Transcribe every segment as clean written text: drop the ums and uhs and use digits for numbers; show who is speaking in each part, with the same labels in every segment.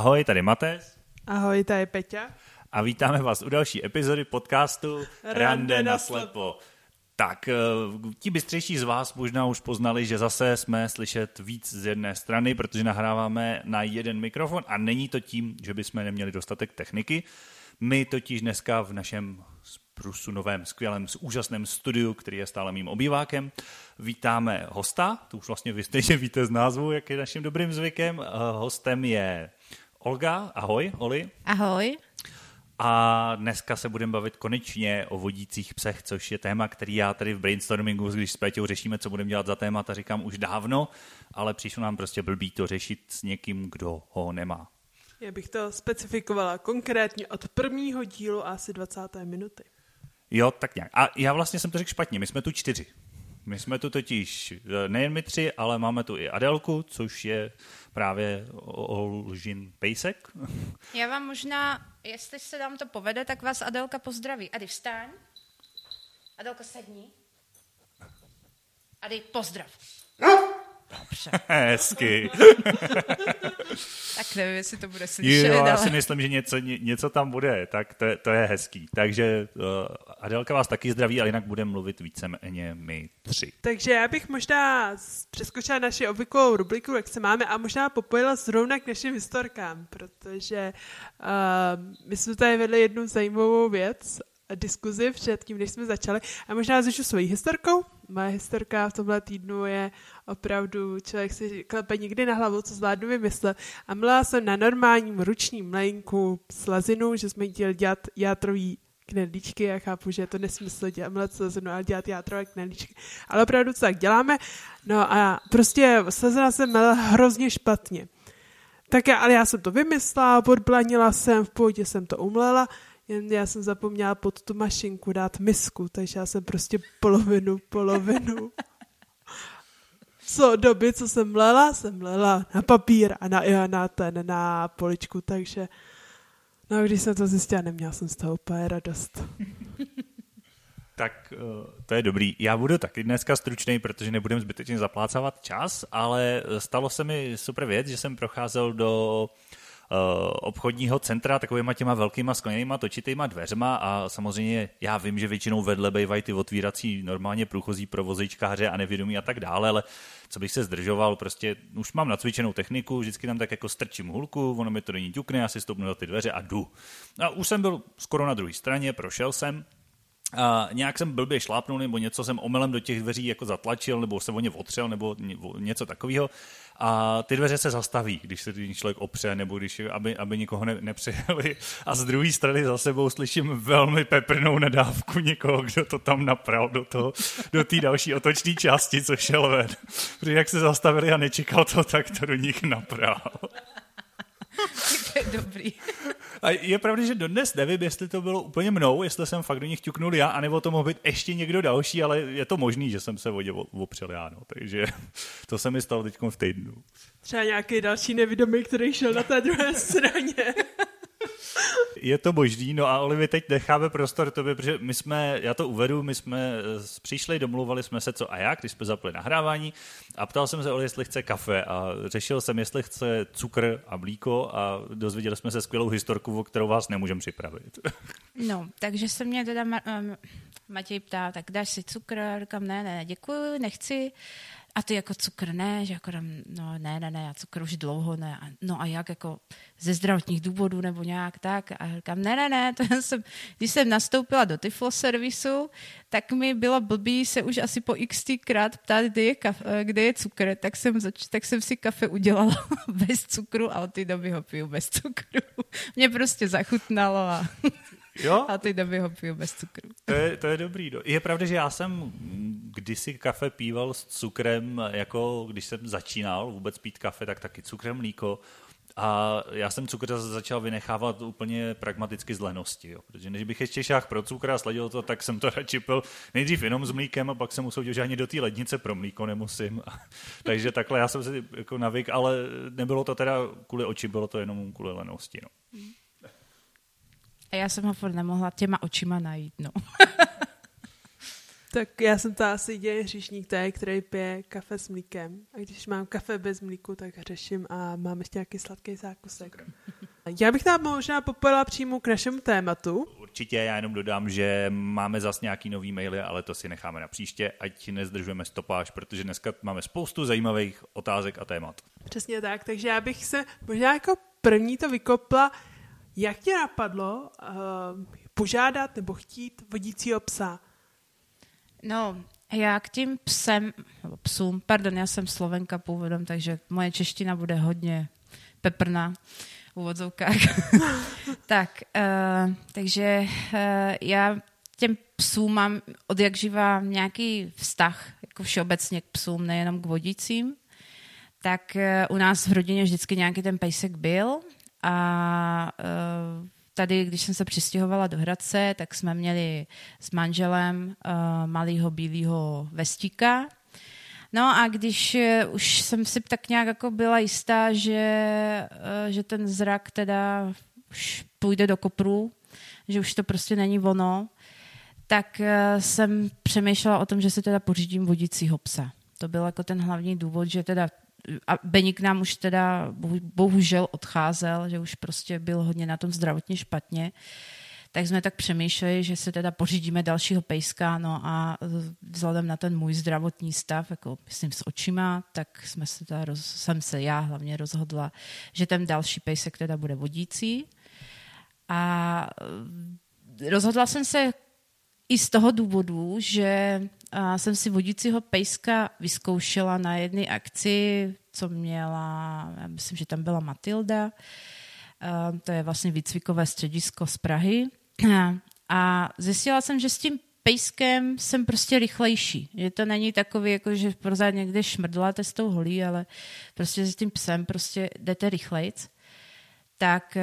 Speaker 1: Ahoj, tady Matez.
Speaker 2: Ahoj, tady Peťa.
Speaker 1: A vítáme vás u další epizody podcastu Rande naslepo. Tak, ti bystřejší z vás možná už poznali, že zase jsme slyšet víc z jedné strany, protože nahráváme na jeden mikrofon a není to tím, že bychom neměli dostatek techniky. My totiž dneska v našem novém, skvělém, úžasném studiu, který je stále mým obývákem, vítáme hosta, to už vlastně vy stejně víte z názvu, jak je naším dobrým zvykem. Hostem je Olga. Ahoj, Oli.
Speaker 3: Ahoj.
Speaker 1: A dneska se budeme bavit konečně o vodících psech, což je téma, který já tady v brainstormingu, když s Péťou řešíme, co budeme dělat za témata, říkám už dávno, ale přišlo nám prostě blbý to řešit s někým, kdo ho nemá.
Speaker 2: Já bych to specifikovala konkrétně od prvního dílu a asi 20. minuty.
Speaker 1: Jo, tak nějak. A já vlastně jsem to řekl špatně, my jsme tu 4. My jsme tu totiž nejen my 3, ale máme tu i Adelku, což je právě Olžin pejsek.
Speaker 3: Já vám možná, jestli se nám to povede, tak vás Adelka pozdraví. Ady, vstaň. Adelka, sedni. Ady, pozdrav. Dobře.
Speaker 1: Hezky.
Speaker 3: Tak nevím, jestli to bude slyšet.
Speaker 1: Jo, já
Speaker 3: ale...
Speaker 1: si myslím, že něco tam bude, tak to je hezký. Takže Adelka vás taky zdraví, ale jinak budeme mluvit víceméně my 3.
Speaker 2: Takže já bych možná přeskočila naši obvyklou rubriku, jak se máme, a možná popojila zrovna k našim historkám, protože my jsme tady vedli jednu zajímavou věc, diskuzi předtím, než jsme začali. A možná začnu svojí historkou. Moje historka v tomhle týdnu je opravdu, člověk si klepe někdy na hlavu, co zvládnu vymyslet. A mlela jsem na normálním ručním mlejnku slazinu, že jsme chtěli dělat játrový knedlíčky. Já chápu, že je to nesmysl mlet slazinu, ale dělat játrové knedlíčky. Ale opravdu, co tak děláme. No a prostě slazina se mlela hrozně špatně. Ale já jsem to vymyslela, podblanila jsem, v pohodě jsem to umlela. Jen já jsem zapomněla pod tu mašinku dát misku, takže já jsem prostě polovinu. Co jsem mlela na papír a na poličku, takže no, když jsem to zjistila, neměla jsem z toho úplně radost.
Speaker 1: Tak to je dobrý. Já budu taky dneska stručnej, protože nebudem zbytečně zaplácávat čas, ale stalo se mi super věc, že jsem procházel do obchodního centra takovýma těma velkýma skleněnýma točitýma dveřma a samozřejmě já vím, že většinou vedle bývají ty otvírací normálně průchozí pro vozejčkáře a nevědomí a tak dále, ale co bych se zdržoval, prostě už mám nacvičenou techniku, vždycky tam tak jako strčím hulku, ono mi to do ní ťukne, já si stoupnu za ty dveře a jdu. A už jsem byl skoro na druhé straně, prošel jsem. A nějak jsem blbě šlápnul, nebo něco jsem omylem do těch dveří jako zatlačil, nebo se o ně otřel, nebo něco takového. A ty dveře se zastaví, když se člověk opře, nebo když, aby nikoho nepřejeli. A z druhé strany za sebou slyším velmi peprnou nadávku někoho, kdo to tam napral do té další otočné části, co šel ven. Protože jak se zastavili a nečekal to, tak to do nich napral.
Speaker 3: To je dobrý.
Speaker 1: A je pravda, že dodnes nevím, jestli to bylo úplně mnou, jestli jsem fakt do nich ťuknul já, anebo to mohl být ještě někdo další, ale je to možný, že jsem se o ně opřel já, no. Takže to se mi stalo teď v týdnu.
Speaker 2: Třeba nějaký další nevědomý, který šel na té druhé straně.
Speaker 1: Je to možný, no a Olivi, teď necháme prostor tobě, protože já to uvedu, my jsme přišli, domluvali jsme se co a jak, když jsme zapli nahrávání a ptal jsem se Oli, jestli chce kafe a řešil jsem, jestli chce cukr a mlíko a dozvěděli jsme se skvělou historku, o kterou vás nemůžem připravit.
Speaker 3: No, takže se mě teda Matěj ptá, tak dáš si cukr? A říkám, ne, děkuji, nechci. A ty jako cukr ne, že jako no ne, já cukr už dlouho ne. No a jak jako ze zdravotních důvodů nebo nějak tak. A říkám, ne, když jsem nastoupila do Tiflo servisu, tak mi bylo blbý se už asi po xkrát ptát, kde je cukr, tak jsem si kafe udělala bez cukru a od té doby ho piju bez cukru. Mě prostě zachutnalo a...
Speaker 1: Jo?
Speaker 3: A ty doby ho piju bez cukru.
Speaker 1: To je dobrý. Je pravda, že já jsem kdysi kafe píval s cukrem, jako když jsem začínal vůbec pít kafe, tak taky cukrem mlíko. A já jsem cukr začal vynechávat úplně pragmaticky z lenosti. Jo. Protože než bych ještě šáhl pro cukr a sladil to, tak jsem to radši pil nejdřív jenom s mlíkem a pak jsem usoudil, že ani do té lednice pro mlíko nemusím. Takže takhle já jsem si jako navyk, ale nebylo to teda kvůli oči, bylo to jenom kvůli lenosti. No.
Speaker 3: A já jsem ho furt nemohla těma očima najít, no.
Speaker 2: Tak já jsem to asi jediný hříšník, který pije kafe s mlíkem. A když mám kafe bez mlíku, tak řeším a mám ještě nějaký sladký zákusek. Já bych tam možná popojila přímo k našemu tématu.
Speaker 1: Určitě, já jenom dodám, že máme zas nějaký nový maily, ale to si necháme na příště, ať nezdržujeme stopáž, protože dneska máme spoustu zajímavých otázek a témat.
Speaker 2: Přesně tak, takže já bych se možná jako první to vykopla, jak tě napadlo požádat nebo chtít vodícího psa?
Speaker 3: No, já k tím psům, já jsem Slovenka původem, takže moje čeština bude hodně peprná v úvodzovkách. Takže já těm psům mám od jak živá nějaký vztah, jako všeobecně k psům, nejenom k vodícím. Tak u nás v rodině vždycky nějaký ten pejsek byl a tady, když jsem se přistěhovala do Hradce, tak jsme měli s manželem malýho bílého vestíka. No a když už jsem si tak nějak jako byla jistá, že ten zrak teda už půjde do kopru, že už to prostě není ono, tak jsem přemýšlela o tom, že si teda pořídím vodícího psa. To byl jako ten hlavní důvod, že teda a Beník nám už teda bohužel odcházel, že už prostě byl hodně na tom zdravotně špatně, tak jsme tak přemýšleli, že se teda pořídíme dalšího pejska, no a vzhledem na ten můj zdravotní stav, jako myslím s očima, tak jsem se já hlavně rozhodla, že ten další pejsek teda bude vodící. A rozhodla jsem se i z toho důvodu, že jsem si vodícího pejska vyzkoušela na jedné akci, co měla, já myslím, že tam byla Matilda, to je vlastně výcvikové středisko z Prahy. A zjistila jsem, že s tím pejskem jsem prostě rychlejší. Že to není takový, jako že pořád někde šmrdláte s tou holí, ale prostě s tím psem prostě jdete rychlejc. Tak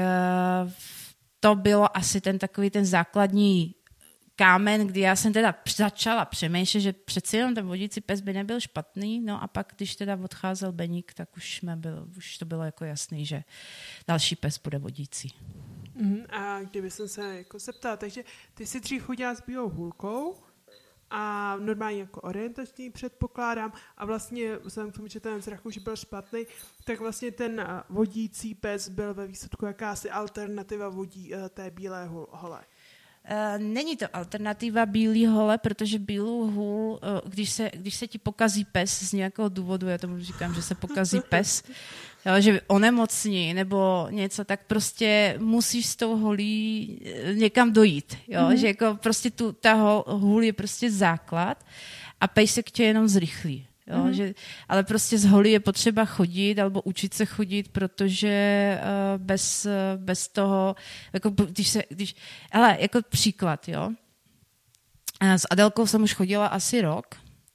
Speaker 3: to bylo asi ten takový ten základní kámen, kdy já jsem teda začala přemýšlet, že přeci jenom ten vodící pes by nebyl špatný, no a pak, když teda odcházel Beník, tak už to bylo jako jasný, že další pes bude vodící.
Speaker 2: A kdyby jsem se jako zeptala, takže ty si dřív chodila s bílou hůlkou a normálně jako orientační předpokládám a vlastně vzhledem k tomu, že ten zrak už byl špatný, tak vlastně ten vodící pes byl ve výsledku jakási alternativa té bílé hole.
Speaker 3: Není to alternativa bílý hole, protože bílou hůl, když se ti pokazí pes z nějakého důvodu, já tomu říkám, že se pokazí pes, jo, že onemocní nebo něco, tak prostě musíš s tou holí někam dojít. Jo? Že jako prostě ta hůl je prostě základ a pejsek tě jenom zrychlí. Jo, ale prostě z holí je potřeba chodit alebo učit se chodit, protože bez toho, jako ale jako příklad, jo. S Adelkou jsem už chodila asi rok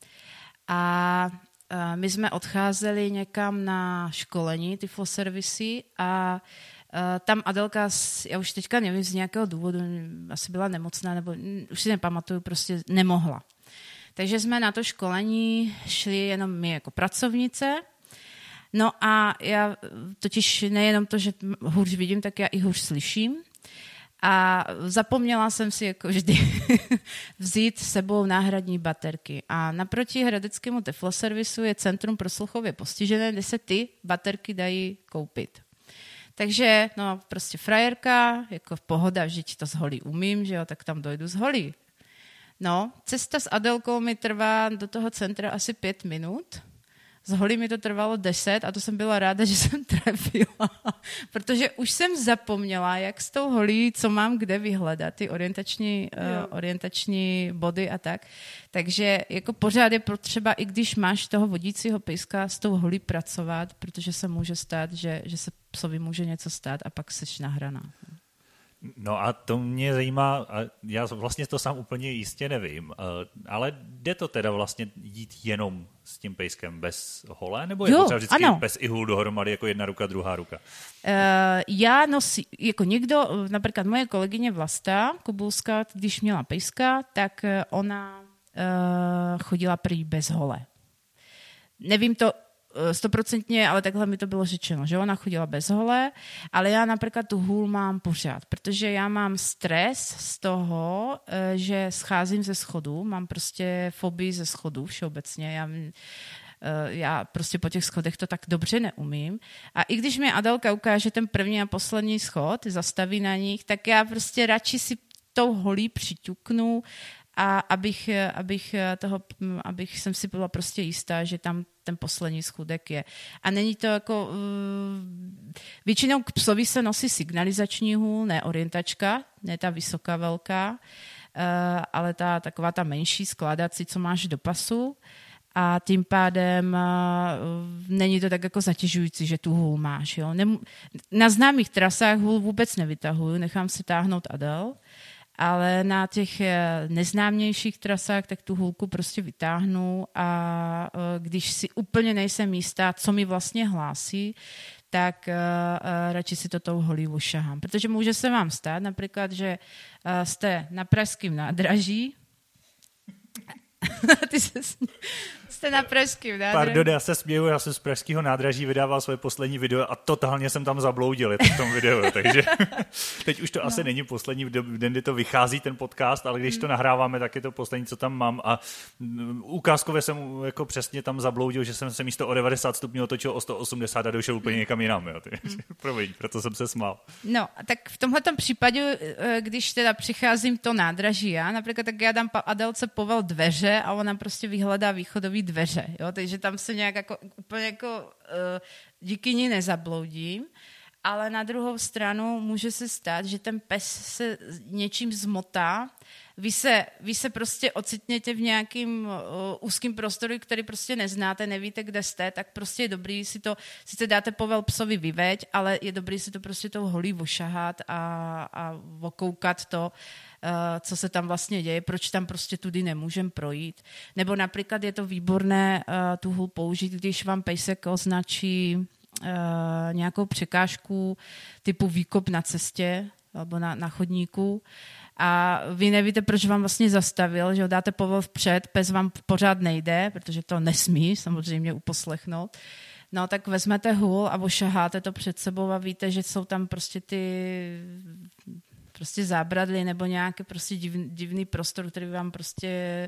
Speaker 3: a my jsme odcházeli někam na školení, Tifloservisy a tam Adelka, já už teďka nevím, z nějakého důvodu, asi byla nemocná, nebo už si nepamatuju, prostě nemohla. Takže jsme na to školení šli jenom my jako pracovnice. No a já totiž nejenom to, že hůř vidím, tak já i hůř slyším. A zapomněla jsem si jako vždy vzít s sebou náhradní baterky. A naproti hradeckému Tifloservisu je Centrum pro sluchově postižené, kde se ty baterky dají koupit. Takže no prostě frajerka, jako pohoda, že ti to z holí umím, že jo, tak tam dojdu z holí. No, cesta s Adelkou mi trvá do toho centra asi 5 minut. Z holí mi to trvalo 10 a to jsem byla ráda, že jsem trefila. Protože už jsem zapomněla, jak s tou holí, co mám kde vyhledat, ty orientační body a tak. Takže jako pořád je potřeba, i když máš toho vodícího pejska, s tou holí pracovat, protože se může stát, že se psovi může něco stát a pak seš nahraná.
Speaker 1: No a to mě zajímá, a já vlastně to sám úplně jistě nevím, ale jde to teda vlastně jít jenom s tím pejskem bez hole, nebo je potřeba vždycky pes i hůl dohromady jako jedna ruka, druhá ruka?
Speaker 3: Já nosím, jako někdo, například moje kolegyně Vlasta Kubulská, když měla pejska, tak ona chodila prý bez hole. Nevím to 100%, ale takhle mi to bylo řečeno, že ona chodila bez hole, ale já například tu hůl mám pořád, protože já mám stres z toho, že scházím ze schodů, mám prostě fobii ze schodů všeobecně. já prostě po těch schodech to tak dobře neumím. A i když mi Adelka ukáže ten první a poslední schod, zastaví na nich, tak já prostě radši si tou holí přiťuknu a abych jsem si byla prostě jistá, že tam ten poslední schůdek je. A není to jako... většinou k psovi se nosí signalizační hůl, ne orientačka, ne ta vysoká velká, ale taková ta menší skládací, co máš do pasu. A tím pádem není to tak jako zatěžující, že tu hůl máš. Jo? Na známých trasách hůl vůbec nevytahuju, nechám si táhnout Adel, ale na těch neznámějších trasách tak tu hůlku prostě vytáhnu a když si úplně nejsem jistá, co mi vlastně hlásí, tak radši si to tou holí ošahám. Protože může se vám stát například, že jste na pražském nádraží jste na pražském nádraží.
Speaker 1: Pardon, já se směju, já jsem z pražského nádraží vydával svoje poslední video a totálně jsem tam zabloudil v tom videu, takže teď už to asi není poslední den, kdy to vychází ten podcast, ale když to nahráváme, tak je to poslední, co tam mám a ukázkově jsem jako přesně tam zabloudil, že jsem se místo o 90 stupňů otočil o 180 a došel úplně někam jinam, jo. Promiň, proto jsem se smál.
Speaker 3: No, tak v tomhletom případě, když teda přicházím to nádraží já, například tak já dám Adelce povel dveře a ona prostě vyhledá východový dveře, jo? Takže tam se nějak jako, úplně jako díky ní nezabloudím, ale na druhou stranu může se stát, že ten pes se něčím zmotá, vy se prostě ocitněte v nějakým úzkým prostoru, který prostě neznáte, nevíte, kde jste, tak prostě je dobrý si to, sice dáte povel psovi vyveď, ale je dobrý si to prostě tou holí ošahat a okoukat to, co se tam vlastně děje, proč tam prostě tudy nemůžem projít. Nebo například je to výborné tu hůl použít, když vám pejsek označí nějakou překážku typu výkop na cestě nebo na chodníku a vy nevíte, proč vám vlastně zastavil, že ho dáte povel vpřed, pes vám pořád nejde, protože to nesmí samozřejmě uposlechnout. No tak vezmete hůl a ošaháte to před sebou a víte, že jsou tam prostě ty prostě zábradly nebo nějaký prostě divný prostor, který vám prostě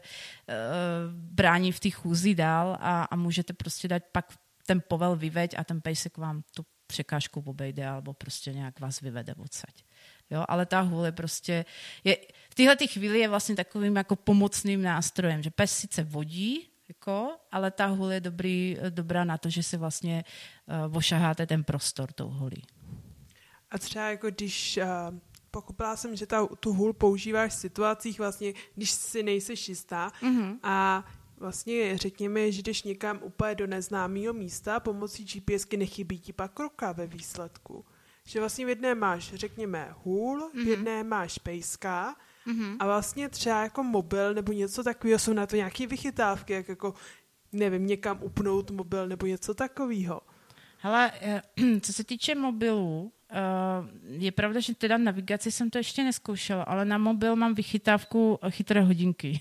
Speaker 3: brání v té chůzi dál a můžete prostě dát pak ten povel vyveď a ten pejsek vám tu překážku obejde alebo prostě nějak vás vyvede odsaď. Jo, ale ta hůl je prostě, v této chvíli je vlastně takovým jako pomocným nástrojem, že pes sice vodí, jako, ale ta hůl je dobrá na to, že si vlastně ošaháte ten prostor tou holí.
Speaker 2: A třeba jako když pochopila jsem, že tu hůl používáš v situacích vlastně, když si nejseš jistá a vlastně řekněme, že jdeš někam úplně do neznámého místa, pomocí GPSky nechybí ti pak ruka ve výsledku. Že vlastně v jedné máš, řekněme, hůl, v jedné máš pejska a vlastně třeba jako mobil nebo něco takového, jsou na to nějaké vychytávky, jak jako, nevím, někam upnout mobil nebo něco takového.
Speaker 3: Hele, co se týče mobilů, je pravda, že teda navigaci jsem to ještě neskoušela, ale na mobil mám vychytávku chytré hodinky.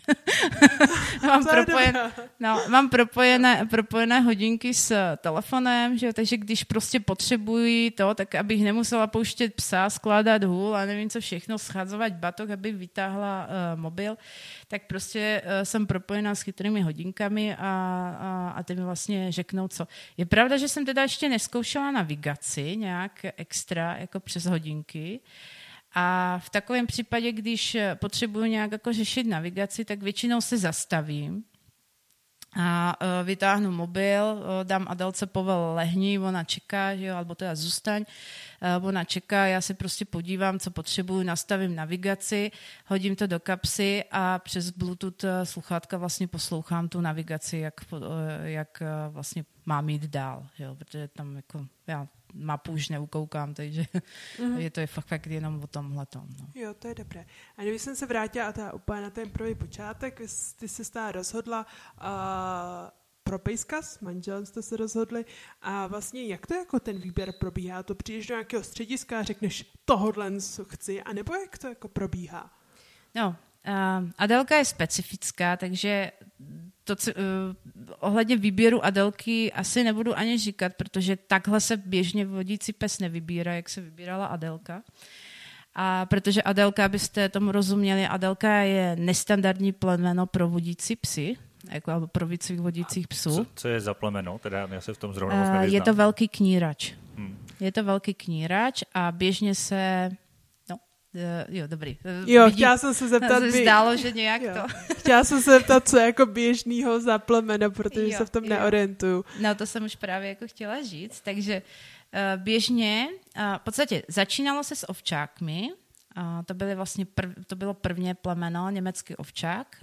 Speaker 3: mám propojené hodinky s telefonem, že? Takže když prostě potřebuji to, tak abych nemusela pouštět psa, skládat hůl a nevím co všechno, scházovat batok, abych vytáhla mobil, tak prostě jsem propojená s chytrými hodinkami a ty mi vlastně řeknou co. Je pravda, že jsem teda ještě neskoušela navigaci nějak extra, jako přes hodinky. A v takovém případě, když potřebuji nějak jako řešit navigaci, tak většinou se zastavím a vytáhnu mobil, dám Adelce povel lehni, ona čeká, že jo, alebo teda zůstaň, ona čeká, já se prostě podívám, co potřebuju, nastavím navigaci, hodím to do kapsy a přes Bluetooth sluchátka vlastně poslouchám tu navigaci, jak vlastně mám jít dál, jo, protože tam jako já mapu už neukoukám, takže je to fakt jenom o tomhletom. No.
Speaker 2: Jo, to je dobré. A když jsem se vrátila úplně na ten první počátek, ty se stále rozhodla pro pejska, s manželem jste se rozhodli a vlastně jak to jako ten výběr probíhá? To přijdeš do nějakého střediska a řekneš tohodle chci, anebo jak to jako probíhá?
Speaker 3: No, Adelka je specifická, takže ohledně výběru Adelky asi nebudu ani říkat, protože takhle se běžně vodící pes nevybírá, jak se vybírala Adelka. A protože Adelka, abyste tomu rozuměli, Adelka je nestandardní plemeno pro vodící psy, jako pro výcvik vodících psů.
Speaker 1: Co je za plemeno? Teda já se v tom zrovna moc nevyznám.
Speaker 3: Je to velký knírač. Je to velký knírač a běžně se... Jo, dobrý.
Speaker 2: Jo, chtěla jsem se zeptat...
Speaker 3: Se zdálo, že nějak to...
Speaker 2: Chtěla jsem se zeptat, co je jako běžnýho za plemeno, protože se v tom neorientuju.
Speaker 3: No, to jsem už právě jako chtěla říct. Takže běžně, v podstatě začínalo se s ovčákmi. To bylo první plemeno, německý ovčák,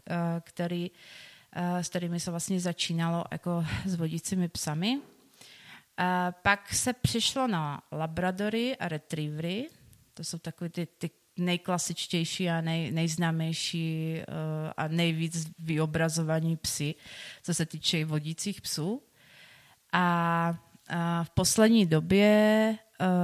Speaker 3: s kterými se vlastně začínalo jako s vodícími psami. Pak se přišlo na labradory a retrievery. To jsou takové ty nejklasičtější a nejznámější a nejvíc vyobrazovaní psy, co se týče vodících psů. A v poslední době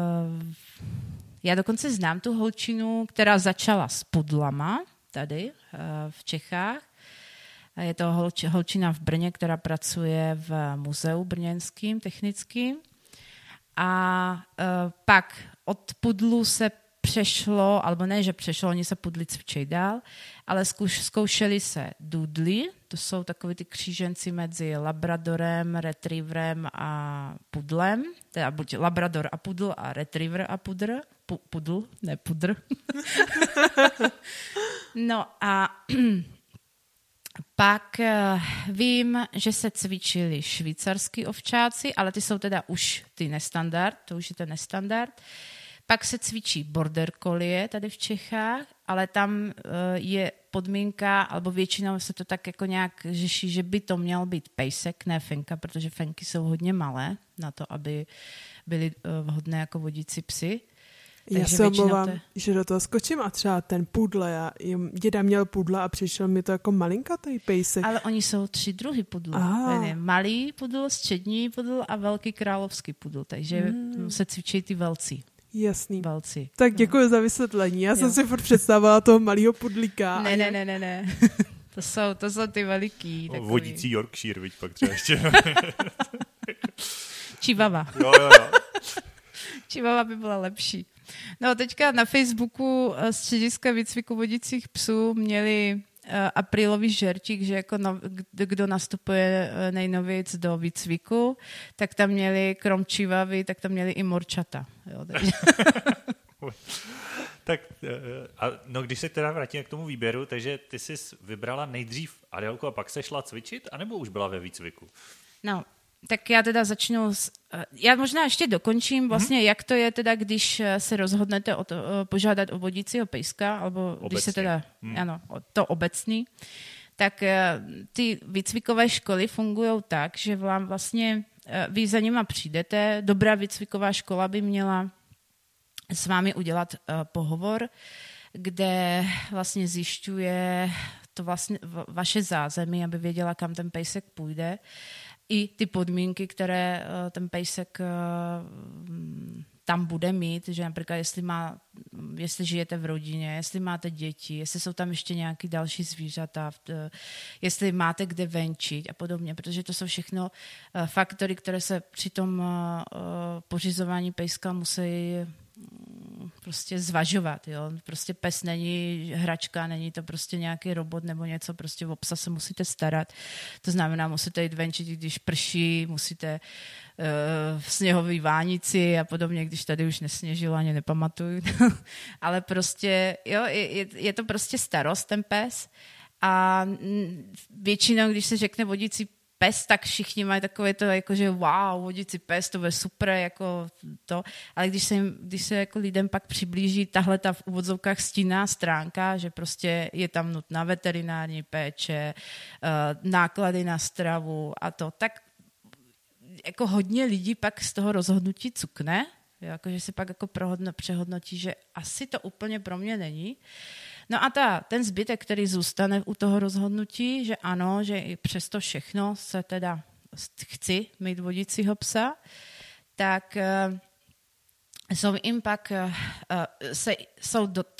Speaker 3: já dokonce znám tu holčinu, která začala s pudlama tady v Čechách. Je to holčina v Brně, která pracuje v muzeu brněnským technickým. A pak od pudlu se přešlo, alebo ne, že přešlo, oni se pudli cvičej dál, ale zkoušeli se doodly, to jsou takový ty kříženci mezi labradorem, retrieverem a pudlem, teda buď labrador a pudl a retriever a pudl, ne pudr. No a pak vím, že se cvičili švýcarský ovčáci, ale ty jsou teda už ty nestandard, to už je ten nestandard. Pak se cvičí border collie tady v Čechách, ale tam je podmínka, alebo většinou se to tak jako nějak řeší, že by to měl být pejsek, ne fenka, protože fenky jsou hodně malé na to, aby byly vhodné jako vodící psy.
Speaker 2: Já se omlouvám, že do toho skočím a třeba ten pudle, děda měl pudla a přišel mi to jako malinkatý pejsek.
Speaker 3: Ale oni jsou 3 druhy pudlů. Malý pudl, střední pudl a velký královský pudl, takže se cvičí ty velcí.
Speaker 2: Jasný.
Speaker 3: Velcí.
Speaker 2: Tak děkuji za vysvětlení. Já jsem si furt představovala toho malého pudlíka.
Speaker 3: Ne. To jsou ty veliký. Takový.
Speaker 1: Vodící Yorkshire, viď pak třeba ještě.
Speaker 3: Chihuahua.
Speaker 1: Jo.
Speaker 3: Chihuahua by byla lepší. No teďka na Facebooku střediska výcviku vodících psů měli aprílový žertík, že jako kdo nastupuje nejnovějc do výcviku, tak tam měli krom čivavy, tak tam měli i morčata. Jo,
Speaker 1: tak, když se teda vrátíme k tomu výběru, takže ty jsi vybrala nejdřív Adélku a pak se šla cvičit, anebo už byla ve výcviku?
Speaker 3: No, tak já teda začnu, já možná ještě dokončím vlastně, jak to je teda, když se rozhodnete požádat o vodícího pejska, alebo obecně. Když se teda, ano, to obecný, tak ty výcvikové školy fungují tak, že vám vlastně, vy za nima přijdete, dobrá výcviková škola by měla s vámi udělat pohovor, kde vlastně zjišťuje to vlastně vaše zázemí, aby věděla, kam ten pejsek půjde, i ty podmínky, které ten pejsek tam bude mít, že například jestli žijete v rodině, jestli máte děti, jestli jsou tam ještě nějaké další zvířata, jestli máte kde venčit a podobně, protože to jsou všechno faktory, které se při tom pořizování pejska musí prostě zvažovat. Jo? Prostě pes není hračka, není to prostě nějaký robot nebo něco, prostě o psa se musíte starat. To znamená, musíte jít venčit, když prší, musíte v sněhové vánici a podobně, když tady už nesněžilo, ani nepamatuju. Ale prostě, jo, je to prostě starost, ten pes. A většinou, když se řekne vodící pes, tak všichni mají takové to, jako, že wow, vodící pes, to bude super, jako to. Ale když se jako lidem pak přiblíží tahle ta v uvozovkách stinná stránka, že prostě je tam nutná veterinární péče, náklady na stravu a to, tak jako hodně lidí pak z toho rozhodnutí cukne, jakože si pak jako přehodnotí, že asi to úplně pro mě není. No a ten zbytek, který zůstane u toho rozhodnutí, že ano, že i přesto všechno se teda chci mít vodícího psa, tak jsou jim pak jsou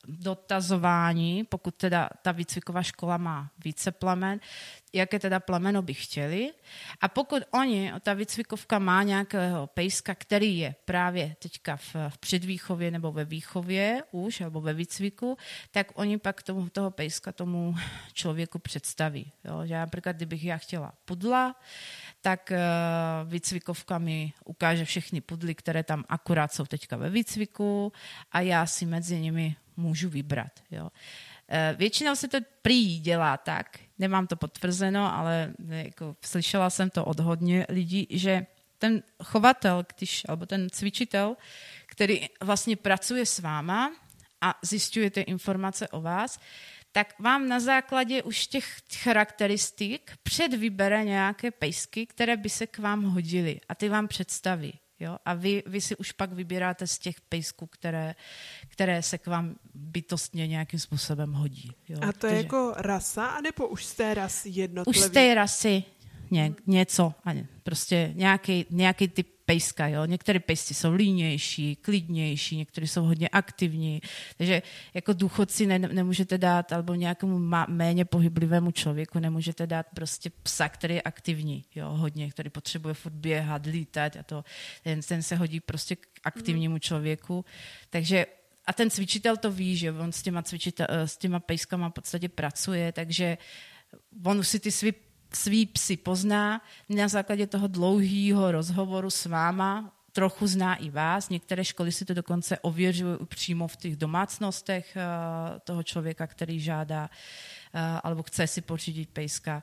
Speaker 3: dotazování, pokud teda ta výcviková škola má více plemen, jaké teda plemeno by chtěli. A pokud ta výcvikovka má nějakého pejska, který je právě teďka v předvýchově nebo ve výchově už, nebo ve výcviku, tak oni pak toho pejska tomu člověku představí. Jo? Že například, kdybych já chtěla pudla, tak výcvikovka mi ukáže všechny pudly, které tam akorát jsou teďka ve výcviku a já si mezi nimi můžu vybrat. Jo. Většinou se to prý dělá tak, nemám to potvrzeno, ale jako slyšela jsem to od hodně lidí, že ten chovatel, alebo ten cvičitel, který vlastně pracuje s váma a zjišťujete informace o vás, tak vám na základě už těch charakteristik předvybere nějaké pejsky, které by se k vám hodily a ty vám představí. Jo? A vy si už pak vybíráte z těch pejsků, které se k vám bytostně nějakým způsobem hodí. Jo?
Speaker 2: A to je jako rasa, anebo už z té rasy jednotlivý?
Speaker 3: Už z té rasy něco, prostě nějaký typ pejska. Jo? Některé pejsci jsou línější, klidnější, některé jsou hodně aktivní. Takže jako důchodci nemůžete dát, alebo nějakému méně pohyblivému člověku nemůžete dát prostě psa, který je aktivní. Jo? Hodně, který potřebuje furt běhat, lítat a to, ten se hodí prostě k aktivnímu člověku. Takže a ten cvičitel to ví, že on s těma pejskama v podstatě pracuje, takže on už si ty svý psy pozná, na základě toho dlouhého rozhovoru s váma trochu zná i vás. Některé školy si to dokonce ověřují přímo v těch domácnostech toho člověka, který žádá alebo chce si pořídit pejska.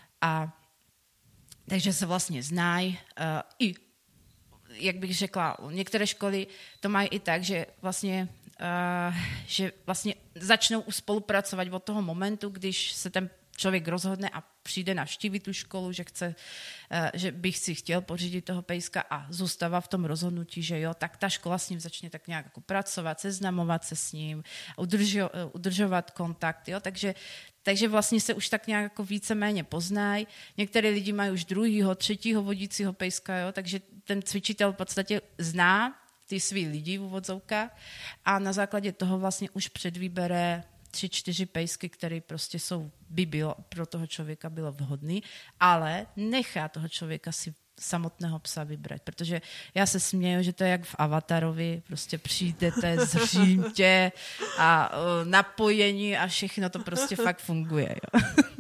Speaker 3: Takže se vlastně znají. I, jak bych řekla, některé školy to mají i tak, že vlastně začnou spolupracovat od toho momentu, když se ten člověk rozhodne a přijde navštívit tu školu, že bych si chtěl pořídit toho pejska a zůstává v tom rozhodnutí, že jo, tak ta škola s ním začne tak nějak jako pracovat, seznamovat se s ním, udržovat kontakt, jo, takže vlastně se už tak nějak jako víceméně poznají. Některé lidi mají už druhýho, třetího vodícího pejska, jo, takže ten cvičitel v podstatě zná ty svý lidi v uvozovkách a na základě toho vlastně už předvybere 3-4 pejsky, které prostě by bylo pro toho člověka bylo vhodný, ale nechá toho člověka si samotného psa vybrat, protože já se směju, že to je jak v Avatarovi, prostě přijdete, zřím tě a napojení a všechno to prostě fakt funguje. Jo.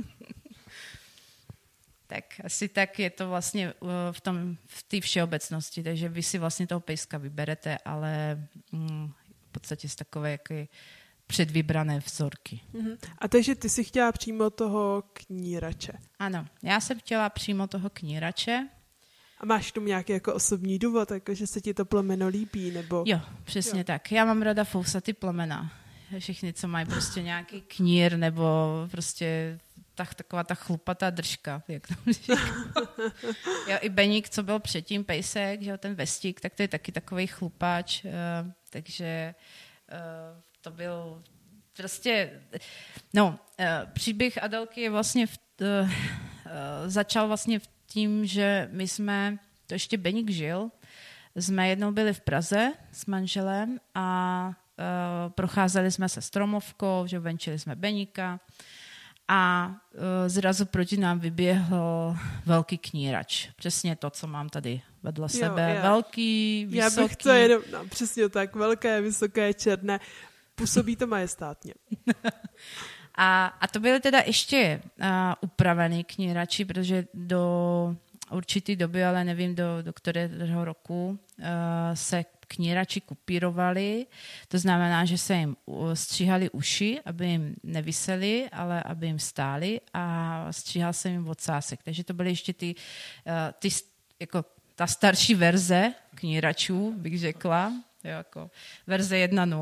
Speaker 3: Tak asi tak je to vlastně v té všeobecnosti, takže vy si vlastně toho pejska vyberete, ale v podstatě z takové jaký předvybrané vzorky.
Speaker 2: A takže ty jsi chtěla přímo toho knírače.
Speaker 3: Ano, já jsem chtěla přímo toho knírače.
Speaker 2: A máš k tomu nějaký jako osobní důvod, jako že se ti to plemeno líbí, nebo?
Speaker 3: Jo, přesně tak. Já mám ráda fousatý plemena. Všichni, co mají prostě nějaký knír, nebo prostě taková ta chlupatá držka, jak to říká. Jo, i Beník, co byl předtím pejsek, že ten vestík, tak to je taky takovej chlupáč, takže to byl prostě, příběh Adelky je vlastně začal vlastně v tím, že my jsme, to ještě Beník žil, jsme jednou byli v Praze s manželem a procházeli jsme se Stromovkou, že venčili jsme Beníka a zrazu proti nám vyběhl velký knírač. Přesně to, co mám tady vedle sebe. Velký, vysoký.
Speaker 2: Já bych to jenom, přesně tak, velké, vysoké, černé. Působí to majestátně.
Speaker 3: A to byly teda ještě upravený knírači, protože do určité doby, ale nevím do kterého roku, se knírači kupírovali. To znamená, že se jim stříhali uši, aby jim nevisely, ale aby jim stály a stříhal se jim ocásek. Takže to byly ještě ty jako ta starší verze kníračů, bych řekla. Jo, jako verze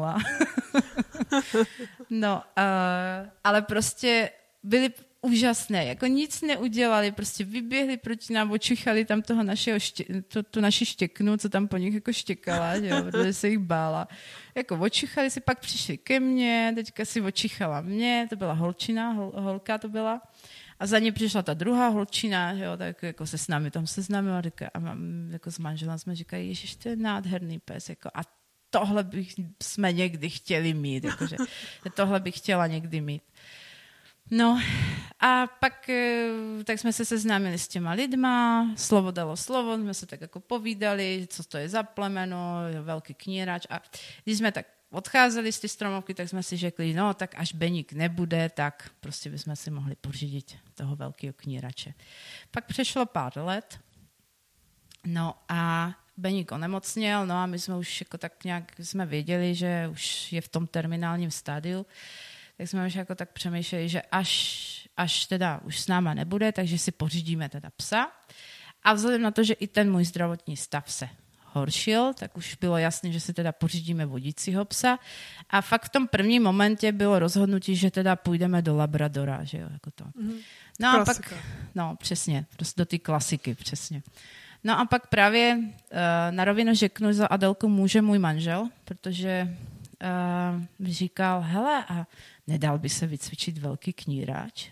Speaker 3: 1.0. No, ale prostě byli úžasné, jako nic neudělali, prostě vyběhli proti nám, očichali tam toho našeho tu naši štěknu, co tam po nich jako štěkala, jo, protože se jich bála. Jako očichali si, pak přišli ke mně, teďka si očichala mě, to byla holčina, holka to byla, a za ní přišla ta druhá holčina, jo, tak jako se s námi tam seznámila, a jako s manželem jsme říkali, ježiš, to je nádherný pes, jako, a tohle jsme někdy chtěli mít, jakože tohle bych chtěla někdy mít. No a pak tak jsme se seznámili s těma lidma, slovo dalo slovo, jsme se tak jako povídali, co to je za plemeno, velký knírač a když jsme tak odcházeli z ty stromovky, tak jsme si řekli, no tak až Beník nebude, tak prostě bychom si mohli pořídit toho velkého knírače. Pak přešlo pár let, no a Beník onemocněl, no a my jsme už jako tak nějak jsme věděli, že už je v tom terminálním stádiu, tak jsme už jako tak přemýšleli, že až teda už s náma nebude, takže si pořídíme teda psa. A vzhledem na to, že i ten můj zdravotní stav se horšil, tak už bylo jasné, že si teda pořídíme vodícího psa. A fakt v tom prvním momentě bylo rozhodnutí, že teda půjdeme do Labradora, že jo, jako to. No a pak, no přesně, prostě do té klasiky, přesně. No a pak právě na rovinu řeknu, za Adelku může můj manžel, protože mi říkal, hele, a nedal by se vycvičit velký knírač?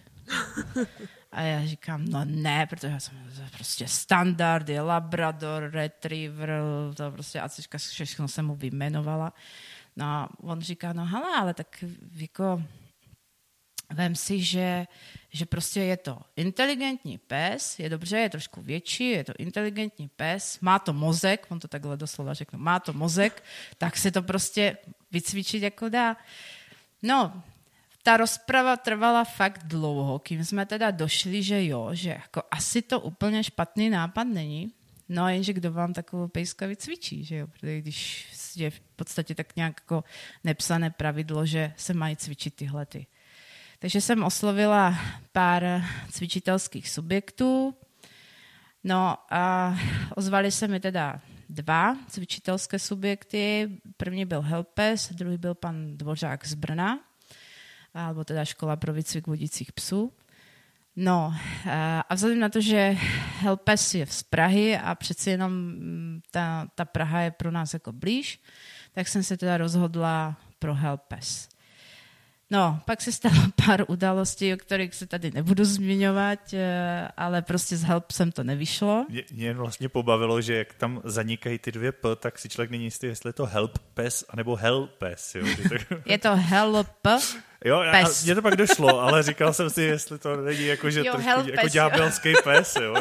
Speaker 3: A já říkám, no ne, protože já jsem prostě standard, je Labrador, Retriever, to prostě a všechno jsem mu vyjmenovala. No a on říká, no hele, ale tak jako vem si, že prostě je to inteligentní pes, je dobře, je trošku větší, je to inteligentní pes, má to mozek, on to takhle doslova řekl, má to mozek, tak se to prostě vycvičit jako dá. No, ta rozprava trvala fakt dlouho, kým jsme teda došli, že jo, že jako asi to úplně špatný nápad není. No jenže kdo vám takovou pejska vycvičí, že jo? Protože když je v podstatě tak nějak jako nepsané pravidlo, že se mají cvičit tyhle ty. Takže jsem oslovila pár cvičitelských subjektů. No a ozvali se mi teda 2 cvičitelské subjekty. První byl Helpes, druhý byl pan Dvořák z Brna, alebo teda škola pro výcvik vodících psů. No a vzhledem na to, že Helpes je z Prahy a přeci jenom ta Praha je pro nás jako blíž, tak jsem se teda rozhodla pro Helpes. No, pak se stalo pár událostí, o kterých se tady nebudu zmiňovat, ale prostě s Helpsem to nevyšlo.
Speaker 1: Mě vlastně pobavilo, že jak tam zanikají ty 2 P, tak si člověk není jistý, jestli je to Helpes, anebo Helpes. Jo?
Speaker 3: Je to Help.
Speaker 1: Jo, mně to pak došlo, ale říkal jsem si, jestli to není jako, že trošku jako ďábelský pes. Jo?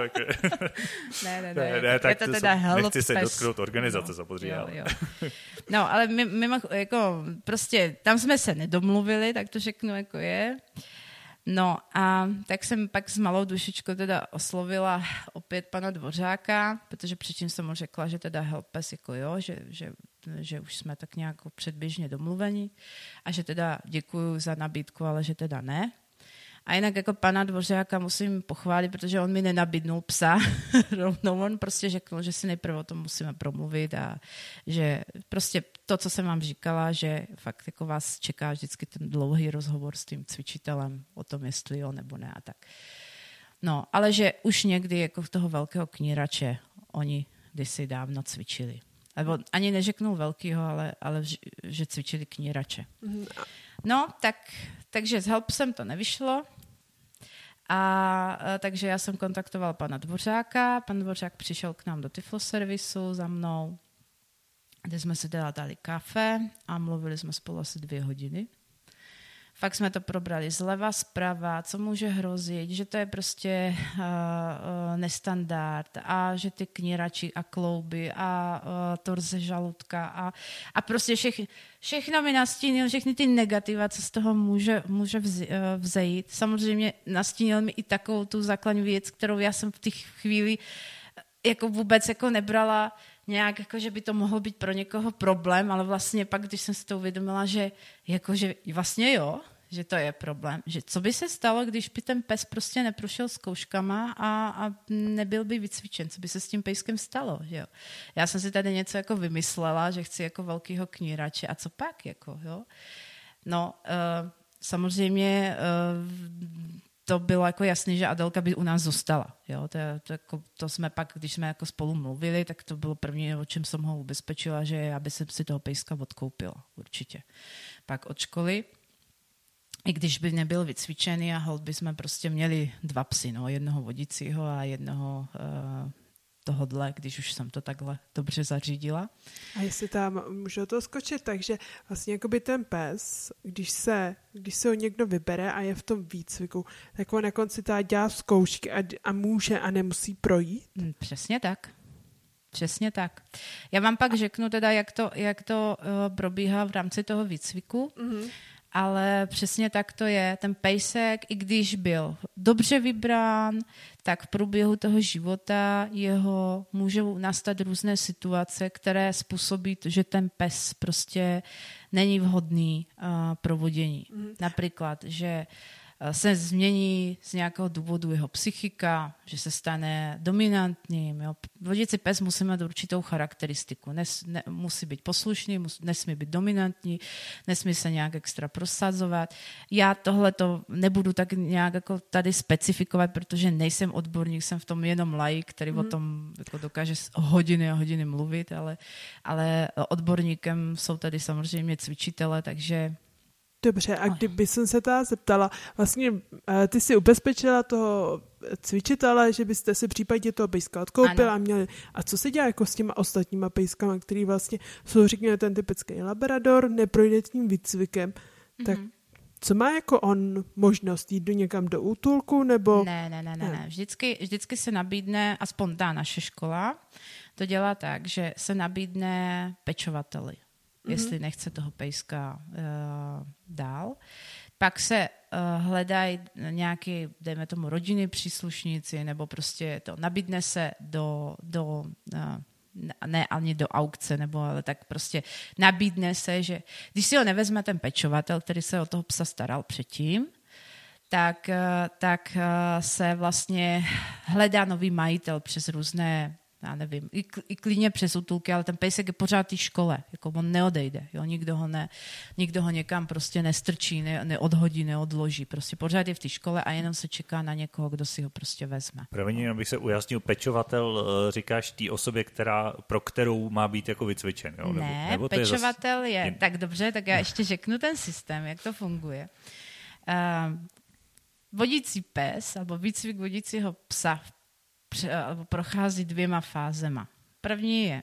Speaker 1: Ne, tak
Speaker 3: je to teda Help
Speaker 1: nechci se
Speaker 3: pes.
Speaker 1: Dotknout organizace, samozřejmě.
Speaker 3: Jo. No, ale my jako prostě tam jsme se nedomluvili, tak to řeknu, jako je. No a tak jsem pak s malou dušičkou teda oslovila opět pana Dvořáka, protože předtím jsem mu řekla, že teda Helpes jako jo, že už jsme tak nějak předběžně domluveni a že teda děkuju za nabídku, ale že teda ne. A jinak jako pana Dvořáka musím pochválit, protože on mi nenabídnul psa. Rovnou on prostě řekl, že si nejprve o tom musíme promluvit a že prostě to, co jsem vám říkala, že fakt jako vás čeká vždycky ten dlouhý rozhovor s tím cvičitelem o tom, jestli jo nebo ne a tak. No, ale že už někdy jako toho velkého knírače oni kdysi dávno cvičili. Nebo ani neřeknul velkýho, ale že cvičili knírače. No, takže s Helpsem to nevyšlo. A takže já jsem kontaktoval pana Dvořáka. Pan Dvořák přišel k nám do Tifloservisu za mnou, kde jsme si dali kafe a mluvili jsme spolu asi 2 hodiny. Fakt jsme to probrali zleva, zprava, co může hrozit, že to je prostě nestandard a že ty knírači a klouby a torze žaludka a prostě všechno mi nastínil, všechny ty negativa, co z toho může vzejít. Samozřejmě nastínil mi i takovou tu základní věc, kterou já jsem v té chvíli jako vůbec jako nebrala nějak, jako, že by to mohlo být pro někoho problém, ale vlastně pak, když jsem si to uvědomila, že vlastně jo, že to je problém. Že co by se stalo, když by ten pes prostě neprošel zkouškama a nebyl by vycvičen? Co by se s tím pejskem stalo? Že jo? Já jsem si tady něco jako vymyslela, že chci jako velkýho knírače a co pak? Jako, jo? No, samozřejmě to bylo jako jasné, že Adelka by u nás zůstala. Jo? To jsme pak, když jsme jako spolu mluvili, tak to bylo první, o čem jsem ho ubezpečila, že já bych si toho pejska odkoupila. Určitě. Pak od školy, i když by nebyl vycvičený a holt by jsme prostě měli 2 psy, no, jednoho vodícího a jednoho tohodle, když už jsem to takhle dobře zařídila.
Speaker 2: A jestli tam můžu to skočit, takže vlastně jakoby ten pes, když se ho někdo vybere a je v tom výcviku, tak on na konci dělá zkoušky a může a nemusí projít?
Speaker 3: Přesně tak. Přesně tak. Já vám pak řeknu teda, jak to probíhá v rámci toho výcviku, ale přesně tak to je. Ten pejsek, i když byl dobře vybrán, tak v průběhu toho života jeho můžou nastat různé situace, které způsobí, že ten pes prostě není vhodný pro vodění. Například, že se změní z nějakého důvodu jeho psychika, že se stane dominantním. Jo. Vodící pes musí mít určitou charakteristiku. Musí být poslušný, nesmí být dominantní, nesmí se nějak extra prosazovat. Já tohle to nebudu tak nějak jako tady specifikovat, protože nejsem odborník, jsem v tom jenom laik, který o tom jako dokáže hodiny a hodiny mluvit, ale odborníkem jsou tady samozřejmě cvičitele, takže
Speaker 2: dobře, a kdyby jsem se zeptala, vlastně ty si ubezpečila toho cvičitele, že byste si případně toho pejska odkoupila a měli. A co se dělá jako s těma ostatníma pejskama, který vlastně jsou, řekněme, ten typický labrador, neprojde tím výcvikem, tak co má jako on možnost jít někam do útulku, nebo?
Speaker 3: Ne. Vždycky se nabídne, aspoň ta naše škola, to dělá tak, že se nabídne pečovateli, jestli nechce toho pejska dál. Pak se hledají nějaký, dejme tomu, rodinní příslušníci, nebo prostě to nabídne se ne ani do aukce, nebo ale tak prostě nabídne se, že když si ho nevezme ten pečovatel, který se o toho psa staral předtím, tak se vlastně hledá nový majitel přes různé, já nevím, i klidně přes útulky, ale ten pejsek je pořád v té škole, jako on neodejde, jo? Nikdo ho někam prostě nestrčí, neodhodí, neodloží, prostě pořád je v té škole a jenom se čeká na někoho, kdo si ho prostě vezme.
Speaker 1: Promiň, abych se ujasnil, pečovatel říkáš té osobě, pro kterou má být jako vycvičen, jo?
Speaker 3: Nebo pečovatel je tak dobře, tak já ještě řeknu ten systém, jak to funguje. Vodící pes, nebo výcvik vodícího psa prochází 2 fázema. První je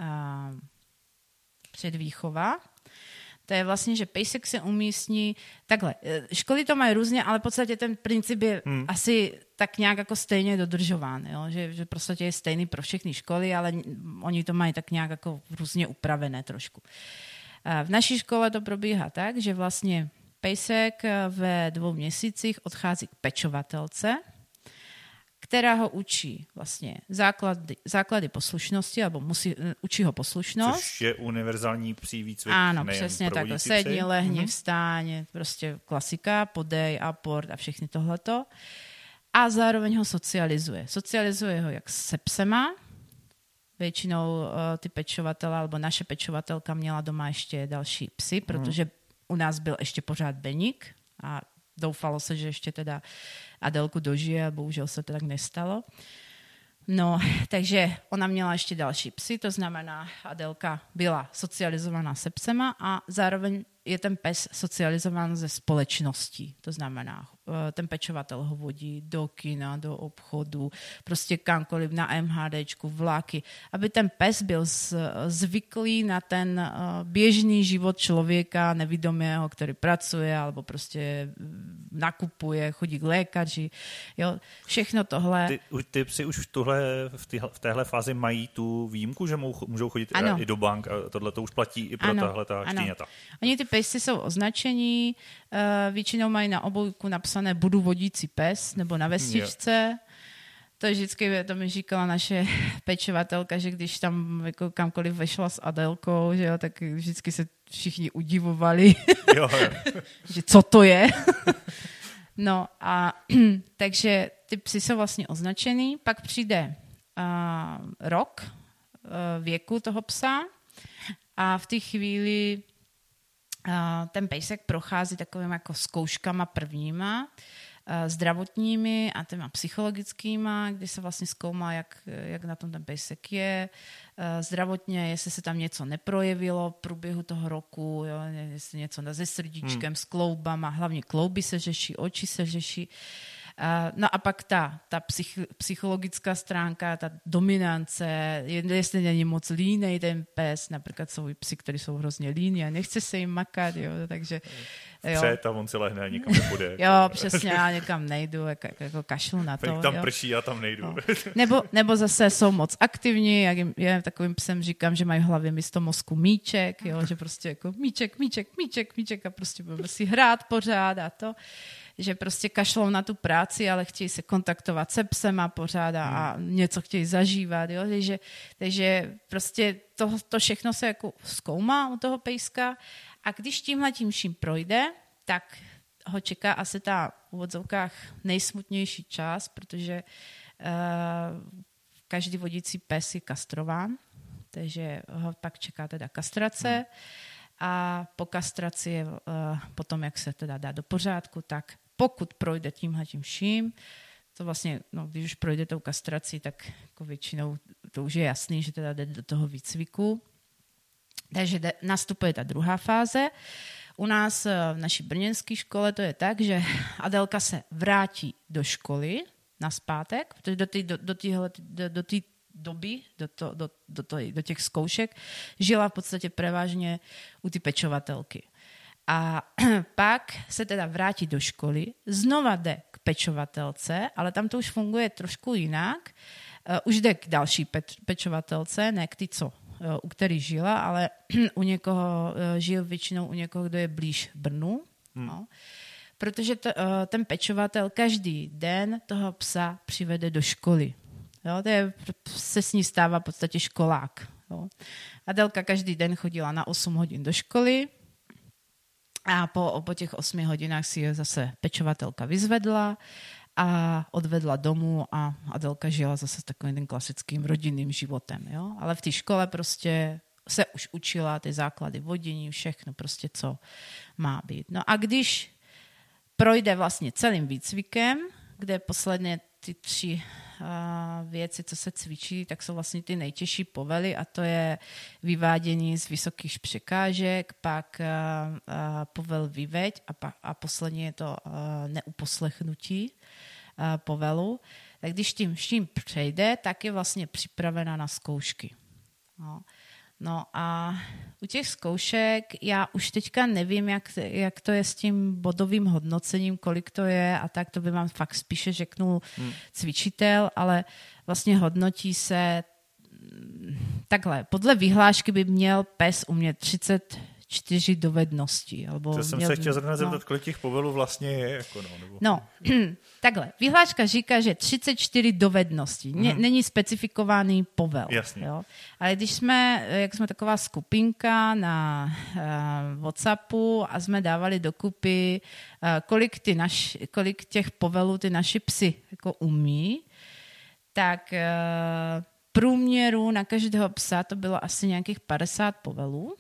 Speaker 3: předvýchova. To je vlastně, že pejsek se umístní takhle. Školy to mají různě, ale v podstatě ten princip je asi tak nějak jako stejně dodržován. Jo? Že v podstatě je stejný pro všechny školy, ale oni to mají tak nějak jako různě upravené trošku. V naší škole to probíhá tak, že vlastně pejsek ve 2 měsících odchází k pečovatelce, která ho učí vlastně základy poslušnosti, nebo učí ho poslušnost.
Speaker 1: Což je univerzální psí výcvik.
Speaker 3: Ano, přesně takhle. Sedni, lehni, vstáň, prostě klasika, podej, aport a všechny tohleto. A zároveň ho socializuje. Socializuje ho jak se psema. Většinou ty pečovatele, alebo naše pečovatelka měla doma ještě další psy, protože u nás byl ještě pořád Beník a doufalo se, že ještě teda Adelku dožije, a bohužel se to tak nestalo. No, takže ona měla ještě další psy, to znamená, Adelka byla socializovaná se psema a zároveň je ten pes socializován ze společností. To znamená, ten pečovatel ho vodí do kina, do obchodu, prostě kamkoliv na MHDčku, vlaky, aby ten pes byl zvyklý na ten běžný život člověka nevidomého, který pracuje, alebo prostě nakupuje, chodí k lékaři. Jo, všechno tohle.
Speaker 1: Ty psi už v téhle fázi mají tu výjimku, že můžou chodit i do bank a tohle to už platí i pro tahle štěňata.
Speaker 3: Oni ty pejsci jsou označení, většinou mají na obojku napsané budu vodící pes, nebo na vestičce. To vždycky, to mi říkala naše pečovatelka, že když tam jako kamkoliv vešla s Adelkou, že jo, tak vždycky se všichni udivovali,
Speaker 1: jo.
Speaker 3: že co to je. No a takže ty psy jsou vlastně označený, pak přijde rok věku toho psa a v té chvíli ten pejsek prochází takovým jako zkouškama prvníma, zdravotními a těma psychologickýma, kdy se vlastně zkoumá, jak na tom ten pejsek je, zdravotně, jestli se tam něco neprojevilo v průběhu toho roku, jo, jestli něco se srdíčkem, s kloubama, hlavně klouby se řeší, oči se řeší. No a pak ta psychologická stránka, ta dominance, jestli není moc línej ten pes, například jsou i psi, kteří jsou hrozně líní a nechce se jim makat, jo, takže...
Speaker 1: Před a on si lehne a nikam nepůjde.
Speaker 3: Jo, přesně, já někam nejdu, jako kašlu na to.
Speaker 1: Tam prší, já tam nejdu.
Speaker 3: No. Nebo zase jsou moc aktivní, jak já takovým psem říkám, že mají v hlavě místo mozku míček, jo, že prostě jako míček a prostě budeme si hrát pořád a to, že prostě kašlou na tu práci, ale chtějí se kontaktovat se psema pořád a něco chtějí zažívat, jo, takže prostě to všechno se jako zkoumá u toho pejska. A když tímhletím vším projde, tak ho čeká asi ta v úvodzovkách nejsmutnější část, protože každý vodící pes je kastrován, takže ho pak čeká teda kastrace a po kastraci je potom, jak se teda dá do pořádku, tak pokud projde tímhletím vším, to vlastně, no, když už projde tou kastrací, tak jako většinou to už je jasný, že teda jde do toho výcviku. Takže nastupuje ta druhá fáze. U nás v naší brněnské škole to je tak, že Adelka se vrátí do školy nazpátek, protože do té doby, do těch zkoušek, žila v podstatě převážně u ty pečovatelky. A pak se teda vrátí do školy, znova jde k pečovatelce, ale tam to už funguje trošku jinak. Už jde k další pečovatelce, ne k ty, u který žila, ale u někoho žil většinou u někoho, kdo je blíž Brnu. No. Protože ten pečovatel každý den toho psa přivede do školy. Jo, se s ní stává v podstatě školák. Jo. Adelka každý den chodila na 8 hodin do školy a po těch 8 hodinách si je zase pečovatelka vyzvedla a odvedla domů a Adelka žila zase takovým tím klasickým rodinným životem. Jo? Ale v té škole prostě se už učila ty základy vodění, všechno prostě, co má být. No a když projde vlastně celým výcvikem, kde posledně ty 3 věci, co se cvičí, tak jsou vlastně ty nejtěžší povely a to je vyvádění z vysokých překážek, pak povel vyveď a poslední je to neuposlechnutí povelu. Tak když tím přejde, tak je vlastně připravena na zkoušky. No a u těch zkoušek já už teďka nevím, jak to je s tím bodovým hodnocením, kolik to je a tak, to by vám fakt spíše řeknul cvičitel, ale vlastně hodnotí se takhle. Podle vyhlášky by měl pes umět 34 dovedností.
Speaker 1: To jsem se chtěl zrovna zeptat, kolik těch povelů vlastně je. Jako
Speaker 3: takhle. Vyhláška říká, že 34 dovedností. Není specifikovaný povel.
Speaker 1: Jasně.
Speaker 3: Jo? Ale když jsme taková skupinka na WhatsAppu a jsme dávali dokupy, kolik těch povelů ty naši psi jako umí, tak průměru na každého psa to bylo asi nějakých 50 povelů.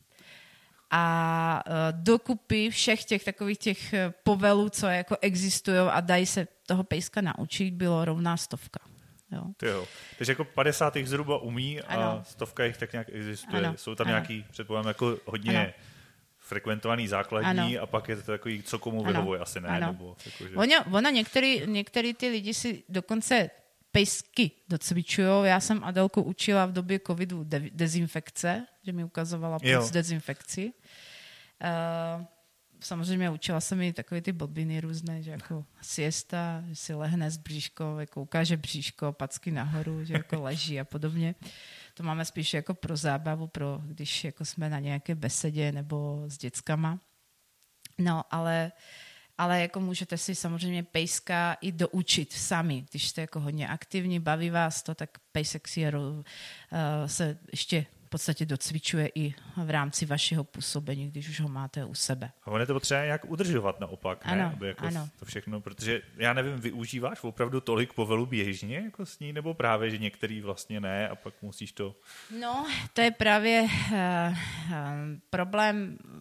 Speaker 3: A dokupy všech těch takových těch povelů, co jako existují a dají se toho pejska naučit, bylo rovná 100. Jo.
Speaker 1: Takže jako 50 jich zhruba umí a 100 jich tak nějak existuje. Jsou tam nějaký, předpokládám, jako hodně frekventovaný základní a pak je to takový, co komu vyhovuje, asi ne. Nebo,
Speaker 3: ono některý ty lidi si dokonce pejsky docvičujou. Já jsem Adelku učila v době covidu dezinfekce, že mi ukazovala plus dezinfekci. Samozřejmě učila jsem mi takové ty blbiny různé, že jako siesta, že si lehne s bříškou, jako ukáže bříško, packy nahoru, že jako leží a podobně. To máme spíš jako pro zábavu, když jako jsme na nějaké besedě nebo s dětskama. No, ale jako můžete si samozřejmě pejska i doučit sami. Když jste jako hodně aktivní, baví vás to, tak pejsek si se ještě v podstatě docvičuje i v rámci vašeho působení, když už ho máte u sebe.
Speaker 1: A on je to potřeba nějak udržovat naopak, ne?
Speaker 3: Ano,
Speaker 1: aby jako
Speaker 3: ano.
Speaker 1: To všechno, protože já nevím, využíváš opravdu tolik povelů běžně jako s ní, nebo právě, že některý vlastně ne a pak musíš to...
Speaker 3: No, to je právě problém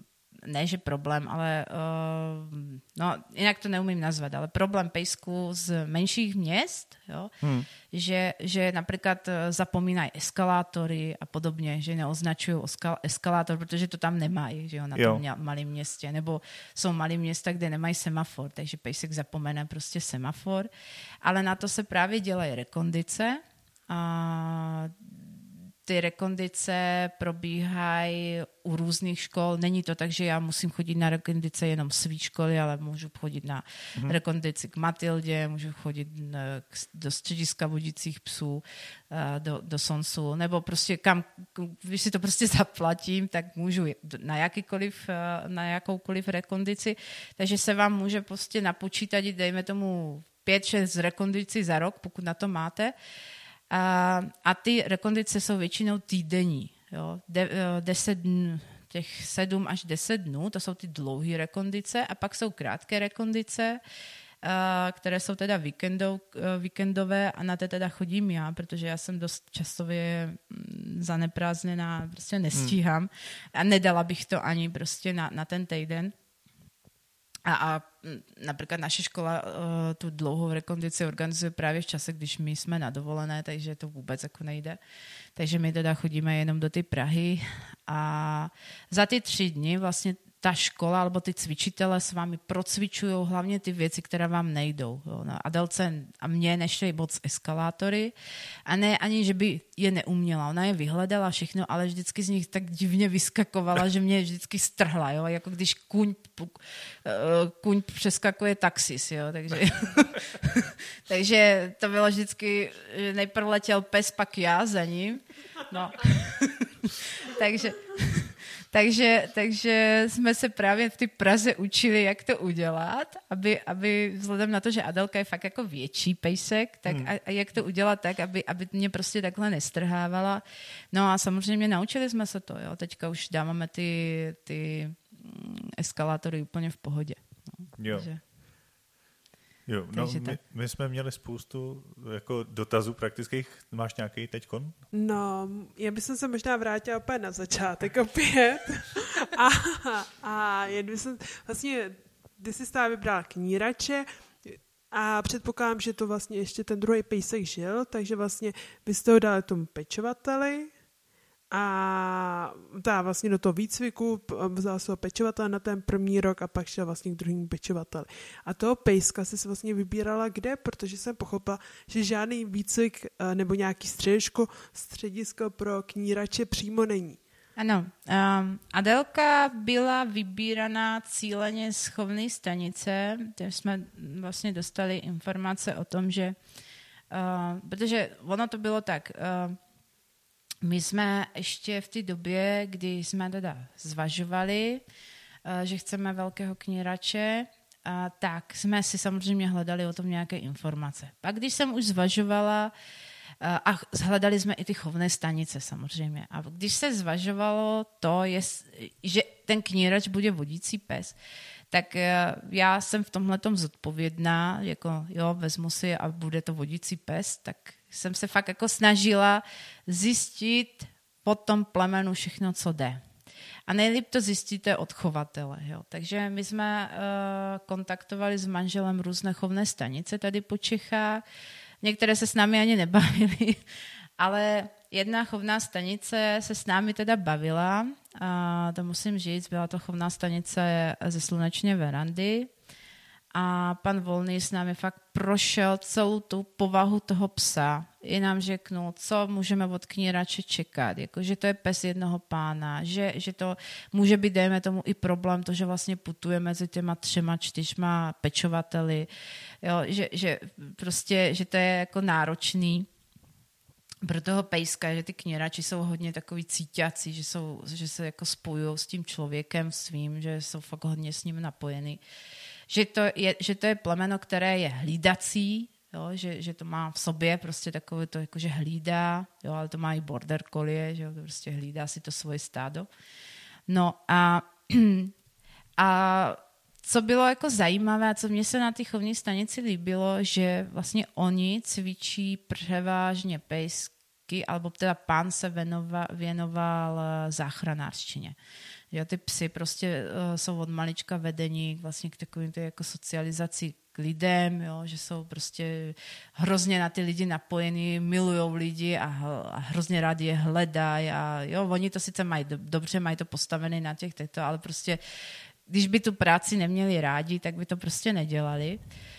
Speaker 3: ne, že problém, ale no, jinak to neumím nazvat, ale problém pejsků z menších měst, jo, že například zapomínají eskalátory a podobně, že neoznačují eskalátor, protože to tam nemají, že jo, na tom malém městě, nebo jsou malé města, kde nemají semafor, takže pejsek zapomene prostě semafor, ale na to se právě dělají rekondice a ty rekondice probíhají u různých škol. Není to tak, že já musím chodit na rekondice jenom svý školy, ale můžu chodit na rekondici k Matildě, můžu chodit do střediska vodících psů, do Sonsu, nebo prostě když si to prostě zaplatím, tak můžu na jakoukoliv rekondici. Takže se vám může prostě napočítat, dejme tomu 5-6 rekondici za rok, pokud na to máte. A ty rekondice jsou většinou týdenní. Jo? 7 až 10 dnů, to jsou ty dlouhé rekondice, a pak jsou krátké rekondice, které jsou teda víkendové, a na to teda chodím já, protože já jsem dost časově zaneprázdněná, prostě nestíhám a nedala bych to ani prostě na ten týden. A například naše škola tu dlouhou rekondici organizuje právě v čase, když my jsme na dovolené, takže to vůbec jako nejde. Takže my teda chodíme jenom do ty Prahy a za ty 3 dny vlastně ta škola alebo ty cvičitele s vámi procvičují hlavně ty věci, které vám nejdou. Jo. Na Adelce a mně nešly moc eskalátory a ne ani, že by je neuměla. Ona je vyhledala všechno, ale vždycky z nich tak divně vyskakovala, že mě vždycky strhla. Jo. Jako když kuň přeskakuje taxis. Jo. Takže to bylo vždycky, že nejprve letěl pes, pak já za ním. No. Takže jsme se právě v té Praze učili, jak to udělat, aby vzhledem na to, že Adelka je fakt jako větší pejsek, tak a jak to udělat tak, aby mě prostě takhle nestrhávala. No a samozřejmě naučili jsme se to, jo. Teďka už dáváme ty eskalátory úplně v pohodě. No,
Speaker 1: jo. Jo, no my jsme měli spoustu jako dotazů praktických. Máš nějaký teďkon?
Speaker 2: No, já bych se možná vrátila opět na začátek opět. a jen jsem vlastně, ty jsi stále vybrala knírače a předpokládám, že to vlastně ještě ten druhý pejsek žil, takže vlastně vy jste ho dali tomu pečovateli a vlastně do toho výcviku vzal se ho pečovatel na ten první rok a pak šel vlastně k druhému pečovateli. A toho pejska jsi vlastně vybírala kde? Protože jsem pochopila, že žádný výcvik nebo nějaký středisko pro knírače přímo není.
Speaker 3: Ano, Adelka byla vybíraná cíleně z chovné stanice, kde jsme vlastně dostali informace o tom, že protože ono to bylo tak, my jsme ještě v té době, kdy jsme teda zvažovali, že chceme velkého knírače, tak jsme si samozřejmě hledali o tom nějaké informace. Pak když jsem už zvažovala, a hledali jsme i ty chovné stanice samozřejmě. A když se zvažovalo to, že ten knírač bude vodící pes, tak já jsem v tomhletom zodpovědná, jako jo, vezmu si a bude to vodící pes, tak jsem se fakt jako snažila zjistit po tom plemenu všechno, co jde. A nejlíp to zjistíte od chovatele. Jo. Takže my jsme kontaktovali s manželem různé chovné stanice tady po Čechách. Některé se s námi ani nebavily, ale jedna chovná stanice se s námi teda bavila. A to musím říct, byla to chovná stanice ze Slunečné verandy. A pan Volný s námi fakt prošel celou tu povahu toho psa. I nám řeknul, co můžeme od knírače čekat. Jako, že to je pes jednoho pána, že to může být, dejme tomu, i problém, to, že vlastně putuje mezi těma 3-4 pečovateli. Jo, že prostě, že to je jako náročný pro toho pejska, že ty knírači jsou hodně takový cíťací, že se jako spojují s tím člověkem svým, že jsou fakt hodně s ním napojený. Že to je plemeno, které je hlídací, jo, že to má v sobě prostě takové to, jako že hlídá, jo, ale to má i border collie, že to prostě hlídá si to svoje stádo. No a co bylo jako zajímavé a co mě se na té chovní stanici líbilo, že vlastně oni cvičí převážně alebo teda pán se věnoval záchranářčině. Jo, ty psy prostě jsou od malička vedení vlastně k takovým jako socializaci k lidem, jo, že jsou prostě hrozně na ty lidi napojení, milujou lidi a hrozně rádi je hledají a jo, oni to sice mají dobře, mají to postavené na těchto, ale prostě když by tu práci neměli rádi, tak by to prostě nedělali.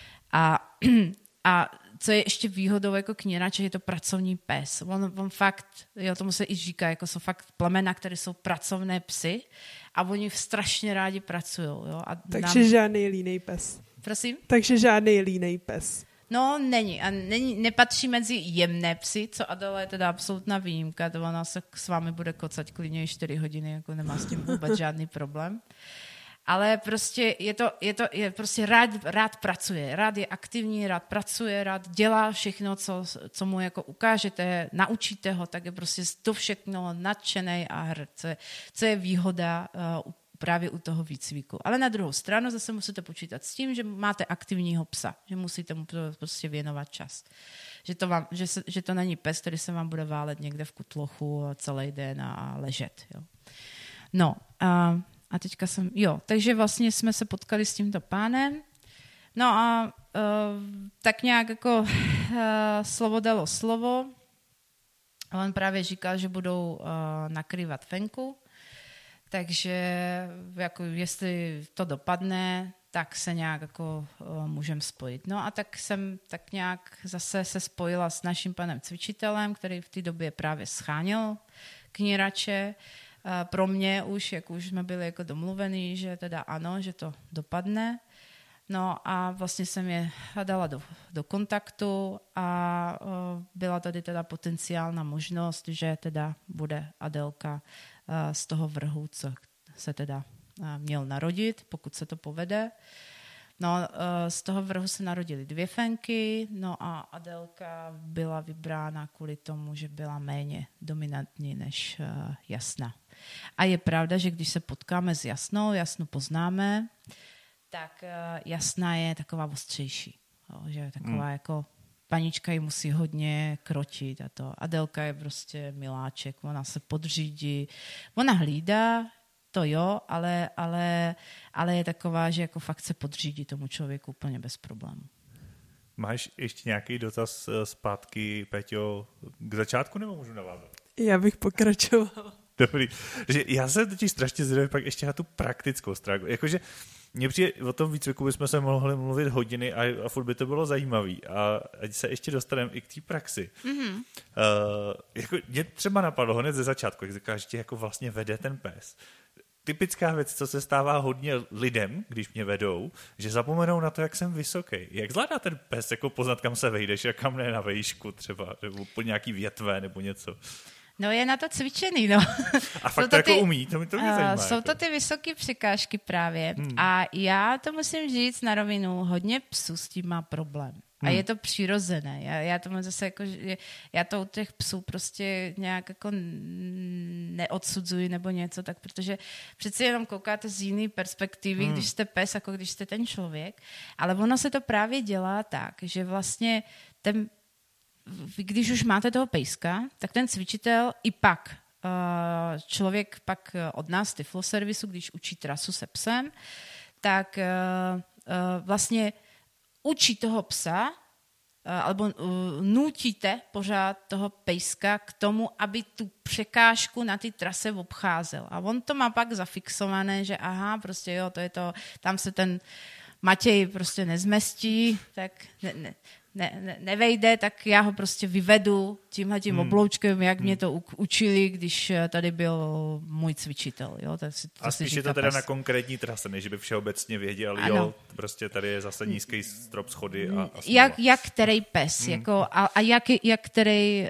Speaker 3: A co je ještě výhodou jako knírače, je to pracovní pes. On fakt, jo, tomu se i říká, jako jsou fakt plemena, které jsou pracovné psy a oni strašně rádi pracují. Jo.
Speaker 2: Takže žádný línej pes.
Speaker 3: Prosím?
Speaker 2: Takže žádný línej pes.
Speaker 3: No, není. A nepatří mezi jemné psy, co Adela je teda absolutná výjimka, to ona se s vámi bude kocat klidně 4 hodiny, jako nemá s tím vůbec žádný problém. Ale prostě je prostě rád pracuje, rád je aktivní, rád pracuje, rád dělá všechno, co mu jako ukážete, naučíte ho, tak je prostě to všechno nadšenej a hrdce, co je výhoda právě u toho výcviku. Ale na druhou stranu zase musíte počítat s tím, že máte aktivního psa, že musíte mu prostě věnovat čas. Že to není pes, který se vám bude válet někde v kutlochu celý den a ležet. Jo. No, a teďka takže vlastně jsme se potkali s tímto pánem. No a tak nějak jako slovo dalo slovo. On právě říkal, že budou nakrývat fenku, takže jako jestli to dopadne, tak se nějak jako můžeme spojit. No a tak jsem tak nějak zase se spojila s naším panem cvičitelem, který v té době právě scháněl knírače. Pro mě už, jak už jsme byli jako domluvení, že teda ano, že to dopadne. No a vlastně jsem je dala do kontaktu a byla tady teda potenciálna možnost, že teda bude Adelka z toho vrhu, co se teda měl narodit, pokud se to povede. No, z toho vrhu se narodily 2 fenky, no a Adelka byla vybrána kvůli tomu, že byla méně dominantní než Jasna. A je pravda, že když se potkáme s Jasnou, Jasnu poznáme, tak Jasna je taková ostřejší. Jo, že je taková jako panička ji musí hodně krotit a to. Adelka je prostě miláček, ona se podřídí, ona hlídá, to jo, ale je taková, že jako fakt se podřídí tomu člověku úplně bez problémů.
Speaker 1: Máš ještě nějaký dotaz zpátky, Peťo, k začátku, nebo můžu navázat?
Speaker 2: Já bych pokračoval.
Speaker 1: Dobrý. Že já jsem totiž strašně zvědavý pak ještě na tu praktickou stránku. Jakože mně přijde, o tom výcviku bychom se mohli mluvit hodiny a furt by to bylo zajímavý. A ať se ještě dostaneme i k té praxi. Mm-hmm. Jako mě třeba napadlo hned ze začátku, jak říkáš, že tě jako vlastně vede ten pes. Typická věc, co se stává hodně lidem, když mě vedou, že zapomenou na to, jak jsem vysoký. Jak zvládá ten pes jako poznat, kam se vejdeš a kam ne na vejšku třeba, nebo po nějaký větve nebo něco?
Speaker 3: No je na to cvičený, no.
Speaker 1: A fakt to jako umí, to mě zajímá.
Speaker 3: Jsou to ty vysoké překážky právě. A já to musím říct na rovinu, hodně psů s tím má problém. A je to přirozené. Já tomu zase jako, já to u těch psů prostě nějak jako neodsudzuji nebo něco, tak protože přeci jenom koukáte z jiné perspektivy, když jste pes, jako když jste ten člověk. Ale ono se to právě dělá tak, že vlastně když už máte toho pejska, tak ten cvičitel i pak člověk pak od nás Tifloservisu, když učí trasu se psem, tak vlastně učí toho psa, alebo nutíte pořád toho pejska k tomu, aby tu překážku na té trase obcházel. A on to má pak zafixované, že aha, prostě jo, to je to, tam se ten Matěj prostě nezmestí, tak nevejde, tak já ho prostě vyvedu tímhletím obloučkem, jak mě to učili, když tady byl můj cvičitel. Jo?
Speaker 1: A spíš je to teda na konkrétní trase, než by všeobecně věděl, ano. Jo, prostě tady je zase nízký strop schody. A
Speaker 3: jak který pes, jako, a jak který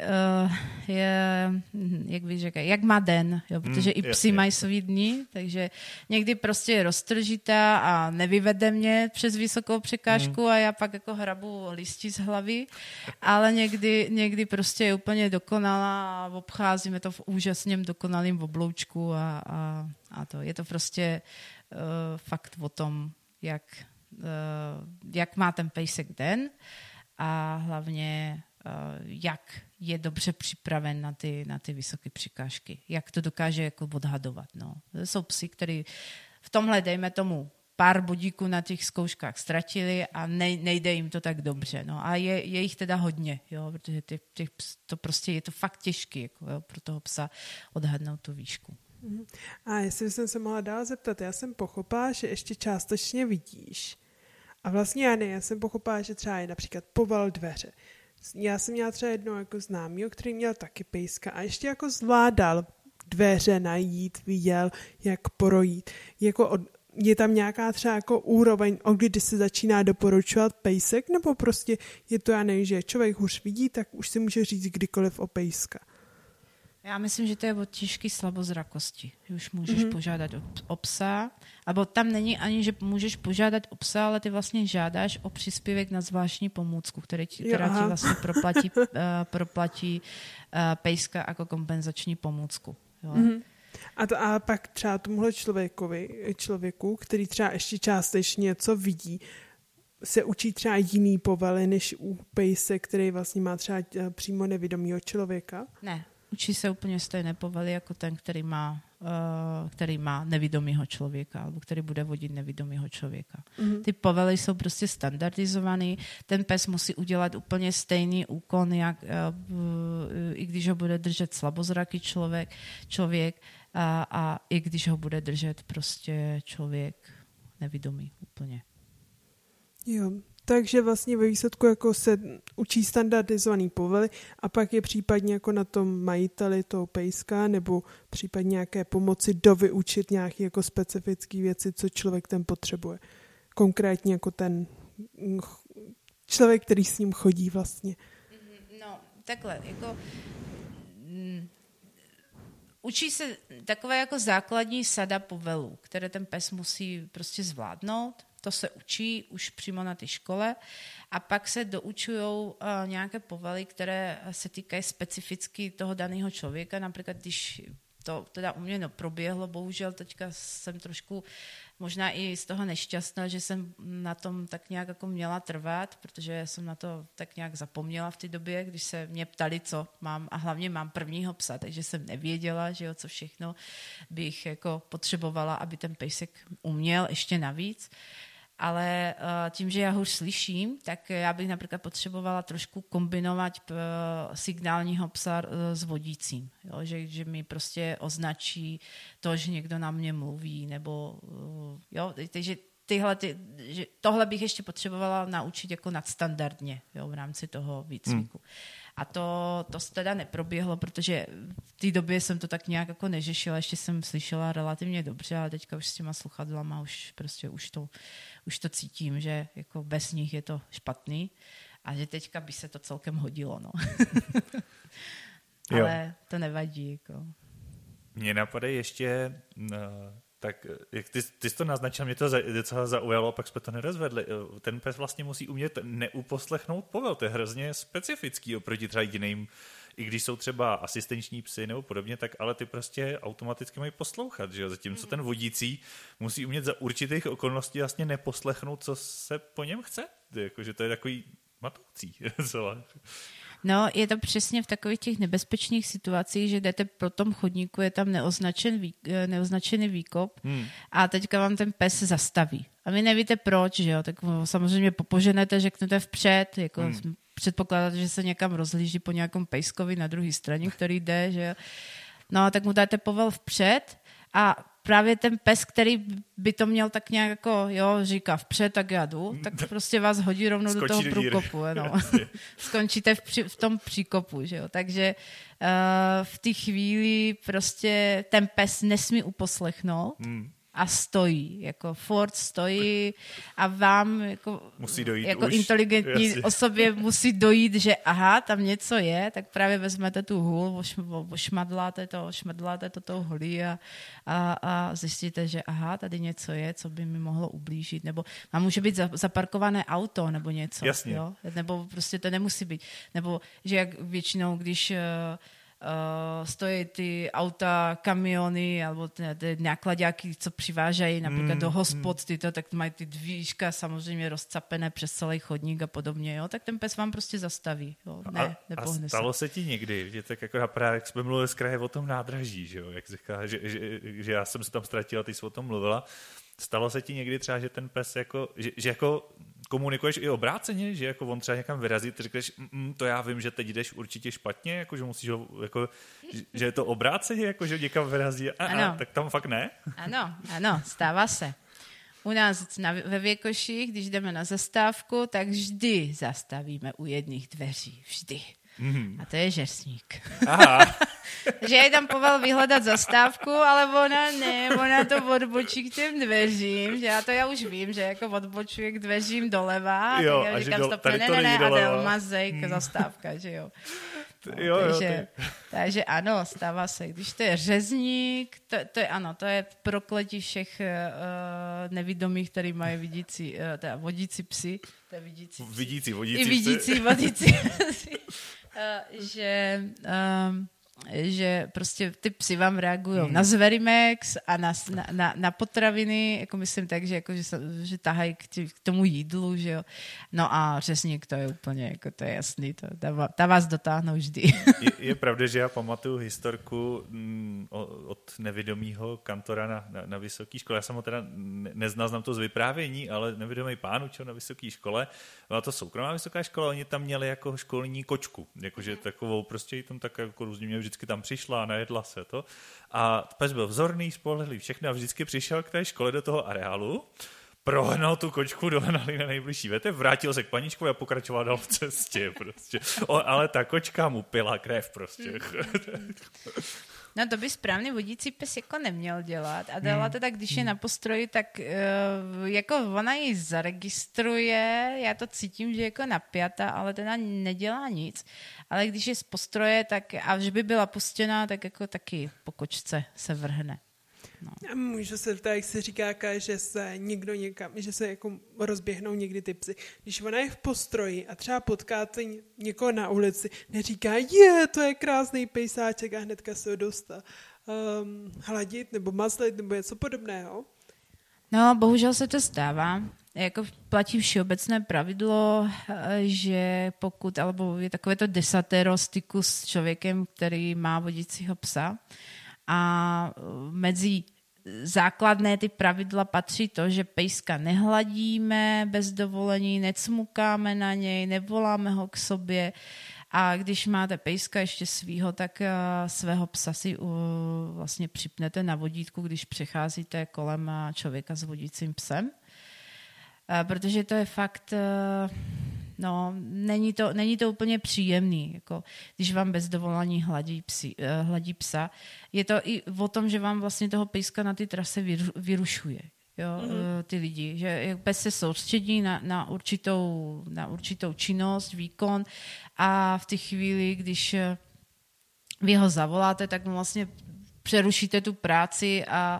Speaker 3: jak bych řekl, jak má den, jo? Protože i psi mají svý dny, takže někdy prostě je roztržitá a nevyvede mě přes vysokou překážku a já pak jako hrabu listí z hlavy, ale někdy prostě je úplně dokonalá a obcházíme to v úžasném dokonalém obloučku a to. Je to prostě fakt o tom, jak má ten pejsek den a hlavně jak je dobře připraven na ty vysoké překážky, jak to dokáže jako odhadovat. No. Jsou psy, který v tomhle, dejme tomu, pár bodíků na těch zkouškách ztratili a nejde jim to tak dobře. No. A je jich teda hodně, jo, protože to prostě je to fakt těžké jako, pro toho psa odhadnout tu výšku.
Speaker 2: A jestli jsem se mohla dál zeptat, já jsem pochopila, že ještě částečně vidíš. A vlastně já jsem pochopila, že třeba je například poval dveře. Já jsem měla třeba jednou jako známýho, který měl taky pejska a ještě jako zvládal dveře najít, viděl, jak porojít. Je tam nějaká třeba jako úroveň, od kdy se začíná doporučovat pejsek, nebo prostě je to, já nevím, že člověk hůř vidí, tak už si může říct kdykoliv o pejska.
Speaker 3: Já myslím, že to je o těžké slabozrakosti. Už můžeš požádat o psa, alebo tam není ani, že můžeš požádat o psa, ale ty vlastně žádáš o příspěvek na zvláštní pomůcku, která ti vlastně proplatí pejska jako kompenzační pomůcku. Jo.
Speaker 2: A pak třeba tomuhle člověku, který třeba ještě částečně něco vidí, se učí třeba jiný povely, než u pejse, který vlastně má třeba přímo nevědomýho člověka?
Speaker 3: Ne. Učí se úplně stejné povely jako ten, který má nevidomého člověka, alebo který bude vodit nevidomého člověka. Ty povely jsou prostě standardizované. Ten pes musí udělat úplně stejný úkon, i když ho bude držet slabozraký člověk a i když ho bude držet prostě člověk nevidomý úplně.
Speaker 2: Jo. Takže vlastně ve výsledku jako se učí standardizovaný povely a pak je případně jako na tom majiteli toho pejska nebo případně nějaké pomoci dovyučit nějaké jako specifické věci, co člověk ten potřebuje. Konkrétně jako ten člověk, který s ním chodí vlastně.
Speaker 3: No, takhle, jako učí se takové jako základní sada povelů, které ten pes musí prostě zvládnout. To se učí už přímo na té škole a pak se doučují nějaké povely, které se týkají specificky toho daného člověka. Například, když to teda u mě proběhlo, bohužel teďka jsem trošku možná i z toho nešťastná, že jsem na tom tak nějak jako měla trvat, protože jsem na to tak nějak zapomněla v té době, když se mě ptali, co mám a hlavně mám prvního psa, takže jsem nevěděla, že jo, co všechno bych jako potřebovala, aby ten pejsek uměl ještě navíc. Ale tím, že já hůř slyším, tak já bych například potřebovala trošku kombinovat signálního psa s vodícím. Jo? Že mi prostě označí to, že někdo na mě mluví, nebo jo, takže tohle bych ještě potřebovala naučit jako nadstandardně, jo, v rámci toho výcviku. A to teda neproběhlo, protože v té době jsem to tak nějak jako neřešila, ještě jsem slyšela relativně dobře, ale teďka už s těma sluchadlama už to cítím, že jako bez nich je to špatný a že teďka by se to celkem hodilo. No. Ale to nevadí. Jako.
Speaker 1: Mně napadají ještě... Tak jak ty jsi to naznačil, mě to docela zaujalo, pak jsme to nerozvedli. Ten pes vlastně musí umět neuposlechnout povel, to je hrozně specifický oproti třeba jiným, i když jsou třeba asistenční psy nebo podobně, tak ale ty prostě automaticky mají poslouchat, že jo? Zatímco ten vodící musí umět za určitých okolností vlastně neposlechnout, co se po něm chce. Jakože to je takový matoucí.
Speaker 3: No, je to přesně v takových těch nebezpečných situacích, že jdete po tom chodníku, je tam neoznačený výkop a teďka vám ten pes zastaví. A vy nevíte proč, že jo? Tak samozřejmě popoženete, řeknete vpřed, jako předpokládáte, že se někam rozhlíží po nějakom pejskovi na druhé straně, který jde, že jo? No, tak mu dáte povel vpřed a právě ten pes, který by to měl tak nějak jako, jo, říká vpřed, tak já jdu, tak prostě vás hodí rovnou do toho průkopu. No. Skončíte v tom příkopu, že jo. Takže v té chvíli prostě ten pes nesmí uposlechnout a stojí, jako Ford stojí a vám jako, jako inteligentní osobě musí dojít, že aha, tam něco je, tak právě vezmete tu hůl, ošmadláte to tou holí a zjistíte, že aha, tady něco je, co by mi mohlo ublížit, nebo tam může být zaparkované auto, nebo něco.
Speaker 1: Jasně.
Speaker 3: Jo? Nebo prostě to nemusí být. Nebo že jak většinou, když stojí ty auta, kamiony alebo ty náklaďáky, co přivážají například do hospod, tak mají ty dvížka samozřejmě rozcapené přes celý chodník a podobně, jo? Tak ten pes vám prostě zastaví. Jo? Ne, nepohne
Speaker 1: a stalo se ti někdy, že tak jako napadá, jak jsme mluvili z kraje o tom nádraží, že, jo? Jak říká, že já jsem se tam ztratila, ty jsi o tom mluvila. Stalo se ti někdy třeba, že ten pes jako, že jako komunikuješ i obráceně, že jako on třeba někam vyrazí, ty řekneš, to já vím, že teď jdeš určitě špatně, jako že musíš ho, jako, že je to obráceně, jako že někam vyrazí, tak tam fakt ne?
Speaker 3: Ano, stává se. U nás ve Věkoších, když jdeme na zastávku, tak vždy zastavíme u jedných dveří, vždy. A to je žersník.
Speaker 1: Aha.
Speaker 3: Že je tam poval vyhledat zastávku, ale ona to odbočí k těm dveřím, že já už vím, že jako odbočuje k dveřím doleva,
Speaker 1: jo,
Speaker 3: tak já říkám stopně, ne, Adel, mazej, zastávka, že jo. Takže ano, stává se. Když to je řezník, to je prokletí všech nevidomých, který mají vodící psy.
Speaker 1: Vidící
Speaker 3: psy. Že prostě ty psy vám reagují na Zverimex a na potraviny, jako myslím tak, že že tahají k tomu jídlu, že jo. No a řezník, to je úplně, jako to je jasný, ta vás dotáhnou vždy.
Speaker 1: Je pravda, že já pamatuju historku od nevědomého kantora na vysoké škole. Já jsem ho teda neznal, znám to z vyprávění, ale nevědomý pán učil na vysoké škole. Byla to soukromá vysoká škola, oni tam měli jako školní kočku, jakože takovou prostě tam tak jako různě měli, vždycky tam přišla a najedla se to. A pes byl vzorný, spolehlivý, všechno a vždycky přišel k té škole do toho areálu, prohnal tu kočku, dohnali na nejbližší větev, vrátil se k paničkovi a pokračoval dál v cestě prostě. Ale ta kočka mu pila krev prostě.
Speaker 3: No to by správně vodící pes jako neměl dělat. A dělá to tak, když je na postroji, tak jako ona ji zaregistruje, já to cítím, že jako napjata, ale teda nedělá nic. Ale když je z postroje, tak a že by byla pustěná, tak jako taky po kočce se vrhne. No.
Speaker 2: A můžu se ptát, jak se říká, že se někdo někam, že se jako rozběhnou někdy ty psy. Když ona je v postroji a třeba potkáte někoho na ulici, neříká, to je krásný pejsáček a hnedka se ho dostat hladit nebo mazlit nebo něco podobného.
Speaker 3: No, bohužel se to stává. Jako platí všeobecné pravidlo, že pokud, alebo je takové to desatero styku s člověkem, který má vodícího psa, a mezi základné ty pravidla patří to, že pejska nehladíme bez dovolení, necmukáme na něj, nevoláme ho k sobě a když máte pejska ještě svýho, tak svého psa si vlastně připnete na vodítku, když přecházíte kolem člověka s vodícím psem. Protože to je fakt... No, není to úplně příjemný, jako když vám bez dovolení hladí psa. Je to i o tom, že vám vlastně toho pejska na ty trase vyrušuje, jo, ty lidi. Že pes se soustředí na určitou činnost, výkon a v té chvíli, když vy ho zavoláte, tak mu vlastně přerušíte tu práci a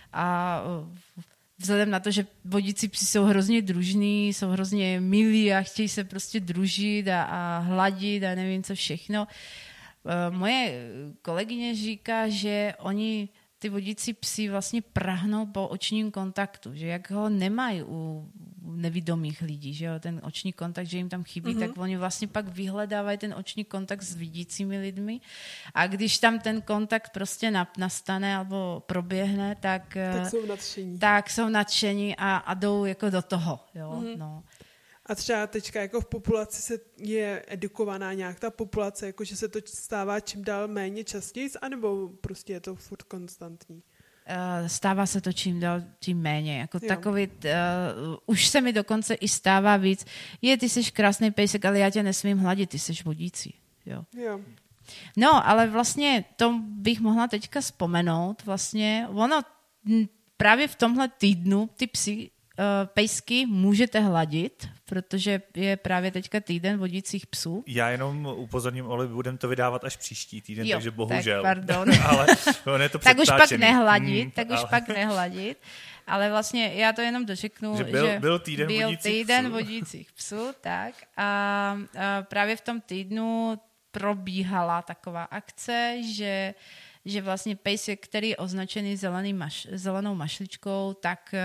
Speaker 3: vzhledem na to, že vodící psi jsou hrozně družní, jsou hrozně milí a chtějí se prostě družit a hladit a nevím co všechno. Moje kolegyně říká, že oni, ty vodící psi, vlastně prahnou po očním kontaktu, že jak ho nemají u nevidomých lidí, že jo, ten oční kontakt, že jim tam chybí, tak oni vlastně pak vyhledávají ten oční kontakt s vidícími lidmi a když tam ten kontakt prostě nastane nebo proběhne, tak jsou nadšení a jdou jako do toho, jo, no.
Speaker 2: A třeba teďka jako v populaci je edukovaná nějak ta populace, jako že se to stává čím dál méně častěji, anebo prostě je to furt konstantní?
Speaker 3: Stává se to čím dál tím méně. Jako takový, už se mi dokonce i stává víc. Ty jsi krásný pejsek, ale já tě nesmím hladit, ty jsi vodící. Jo. No, ale vlastně to bych mohla teďka vzpomenout. Vlastně ono právě v tomhle týdnu ty pejsky můžete hladit, protože je právě teďka týden vodících psů.
Speaker 1: Já jenom upozorním, ale budeme to vydávat až příští týden, takže bohužel.
Speaker 3: Tak pardon.
Speaker 1: Ale on je to
Speaker 3: tak už pak nehladit, pak nehladit. Ale vlastně já to jenom dořeknu, že
Speaker 1: byl týden
Speaker 3: vodících psů, tak. A právě v tom týdnu probíhala taková akce, že vlastně pejsek, který je označený zelenou mašličkou, tak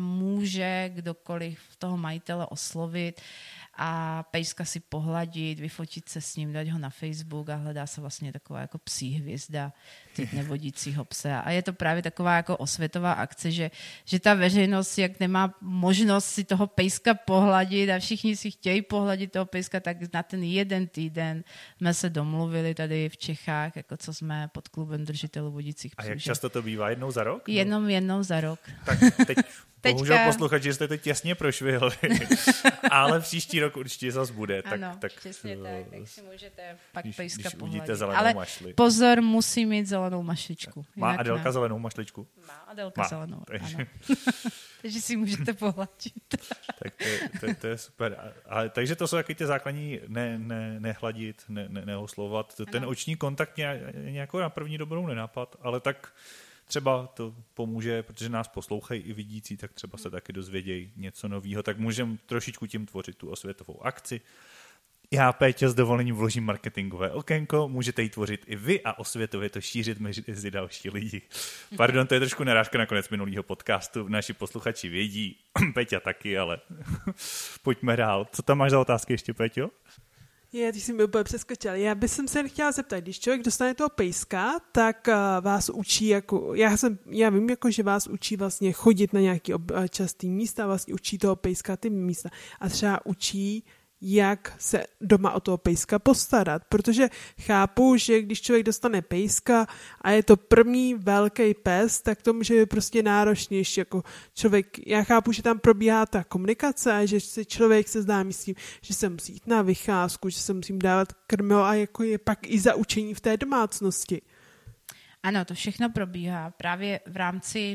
Speaker 3: může kdokoliv toho majitele oslovit a pejska si pohladit, vyfotit se s ním, dát ho na Facebook a hledá se vlastně taková jako psí hvězda nevodícího psa. A je to právě taková jako osvětová akce, že ta veřejnost, jak nemá možnost si toho pejska pohladit a všichni si chtějí pohladit toho pejska, tak na ten jeden týden jsme se domluvili tady v Čechách, jako co jsme pod klubem držitelů vodících psů.
Speaker 1: A jak často to bývá? Jednou za rok?
Speaker 3: Jednou za rok.
Speaker 1: Tak teď bohužel posluchači jste teď těsně prošvihli, ale příští rok určitě zase bude.
Speaker 3: Ano,
Speaker 1: tak,
Speaker 3: přesně tak si můžete pak pejska
Speaker 1: když
Speaker 3: pohladit.
Speaker 1: uvidíte zelenou
Speaker 3: ale
Speaker 1: mašli.
Speaker 3: Pozor, musí mít zelenou mašličku.
Speaker 1: Má Adelka zelenou mašličku?
Speaker 3: Má Adelka zelenou,
Speaker 1: takže...
Speaker 3: ano. Takže si můžete pohladit.
Speaker 1: Tak to je super. Takže to jsou taky ty základní nehladit, neoslovat. Ten oční kontakt nějakou na první dobrou nenapad, ale tak třeba to pomůže, protože nás poslouchají i vidící, tak třeba se taky dozvědějí něco nového, tak můžeme trošičku tím tvořit tu osvětovou akci. Já, Péťa, s dovolením vložím marketingové okénko, můžete ji tvořit i vy a osvětově to šířit mezi další lidi. Pardon, to je trošku narážka na konec minulého podcastu, naši posluchači vědí, Péťa taky, ale pojďme dál. Co tam máš za otázky ještě, Péťo?
Speaker 2: Ty jsi mi úplně přeskočil. Já bych se chtěla zeptat, když člověk dostane toho pejska, tak vás učí, jako, já vím, jako, že vás učí vlastně chodit na nějaký častý místa, vlastně učí toho pejska ty místa a třeba učí, jak se doma o toho pejska postarat, protože chápu, že když člověk dostane pejska a je to první velký pes, tak to může být prostě náročnější, jako člověk, já chápu, že tam probíhá ta komunikace a že se člověk seznámí s tím, že se musí jít na vycházku, že se musím dávat krmivo a jako je pak i za učení v té domácnosti.
Speaker 3: Ano, to všechno probíhá právě v rámci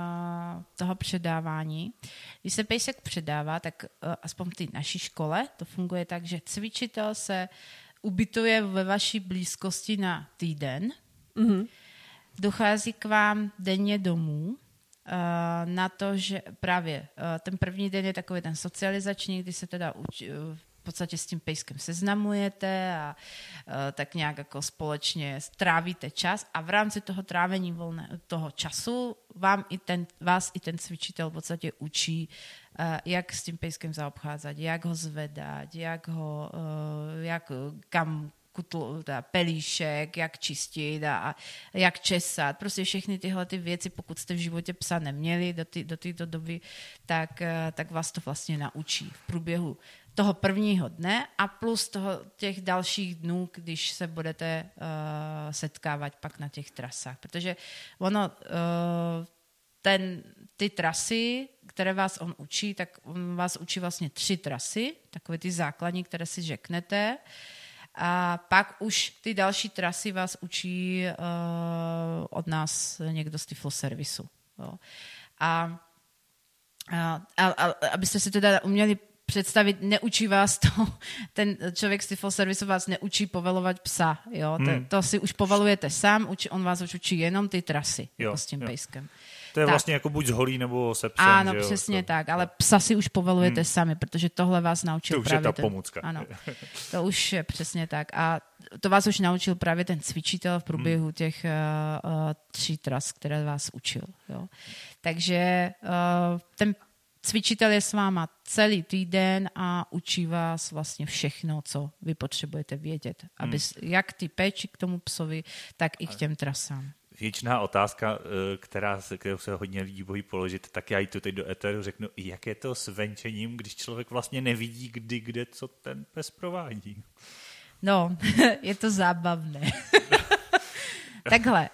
Speaker 3: toho předávání. Když se pejsek předává, tak aspoň v té naší škole to funguje tak, že cvičitel se ubytuje ve vaší blízkosti na týden, dochází k vám denně domů, na to, že právě ten první den je takový ten socializační, kdy se teda v podstatě s tím pejskem seznamujete a tak nějak jako společně trávíte čas a v rámci toho trávení toho času vás i ten cvičitel v podstatě učí, jak s tím pejskem zaobcházet, jak ho zvedat, kam pelíšek, jak čistit a jak česat. Prostě všechny tyhle ty věci, pokud jste v životě psa neměli do této doby, tak vás to vlastně naučí v průběhu toho prvního dne a plus těch dalších dnů, když se budete setkávat pak na těch trasách. Protože ty trasy, které vás on učí, tak on vás učí vlastně 3 trasy, takové ty základní, které si řeknete. A pak už ty další trasy vás učí od nás někdo z Tiflo servisu. Jo. A abyste si teda uměli představit, neučí vás to, ten člověk z Tiflo servisu vás neučí povelovat psa. Jo? To si už povelujete sám, on vás už učí jenom ty trasy jako s tím pejskem.
Speaker 1: To je vlastně jako buď s holí nebo se psem.
Speaker 3: Ano,
Speaker 1: že jo?
Speaker 3: přesně tak, ale psa si už povelujete sami, protože tohle vás naučil
Speaker 1: to už
Speaker 3: právě
Speaker 1: je ta pomůcka.
Speaker 3: Ano, to už je přesně tak. A to vás už naučil právě ten cvičitel v průběhu těch 3 tras, které vás učil. Jo? Takže ten cvičitel je s váma celý týden a učí vás vlastně všechno, co vy potřebujete vědět. Aby jak ty péči k tomu psovi, tak i k těm trasám.
Speaker 1: Věčná otázka, kterou se hodně lidí bojí položit, tak já ji tu teď do éteru řeknu, jak je to s venčením, když člověk vlastně nevidí, kde, co ten pes provádí.
Speaker 3: No, je to zábavné. Takhle,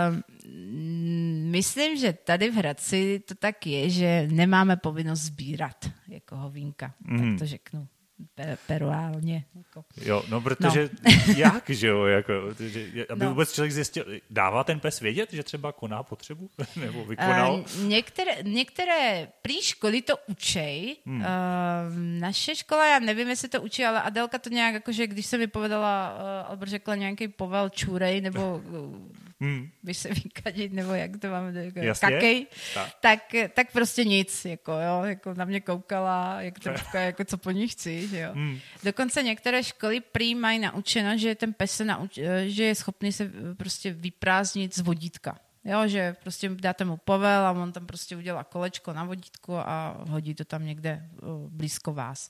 Speaker 3: myslím, že tady v Hradci to tak je, že nemáme povinnost sbírat jako hovínka, tak to řeknu peruálně. Jako.
Speaker 1: Jo, no protože jak, že jo, jako, aby vůbec člověk zjistil, dává ten pes vědět, že třeba koná potřebu, nebo vykonal?
Speaker 3: Některé prý školy to učej, naše škola, já nevím, jestli to učí, ale Adelka to nějak, jakože když se mi povedala, alebo řekla nějaký povel čurej, nebo víš se vykadit, nebo jak to máme, jako
Speaker 1: Jasně.
Speaker 3: kakej, tak prostě nic, jako na mě koukala, jak trpka, jako co po ní chci, že jo. Dokonce některé školy prý mají naučeno, že ten pes že je schopný se prostě vyprázdnit z vodítka. Jo, že prostě dáte mu povel a on tam prostě udělá kolečko na vodítku a hodí to tam někde blízko vás.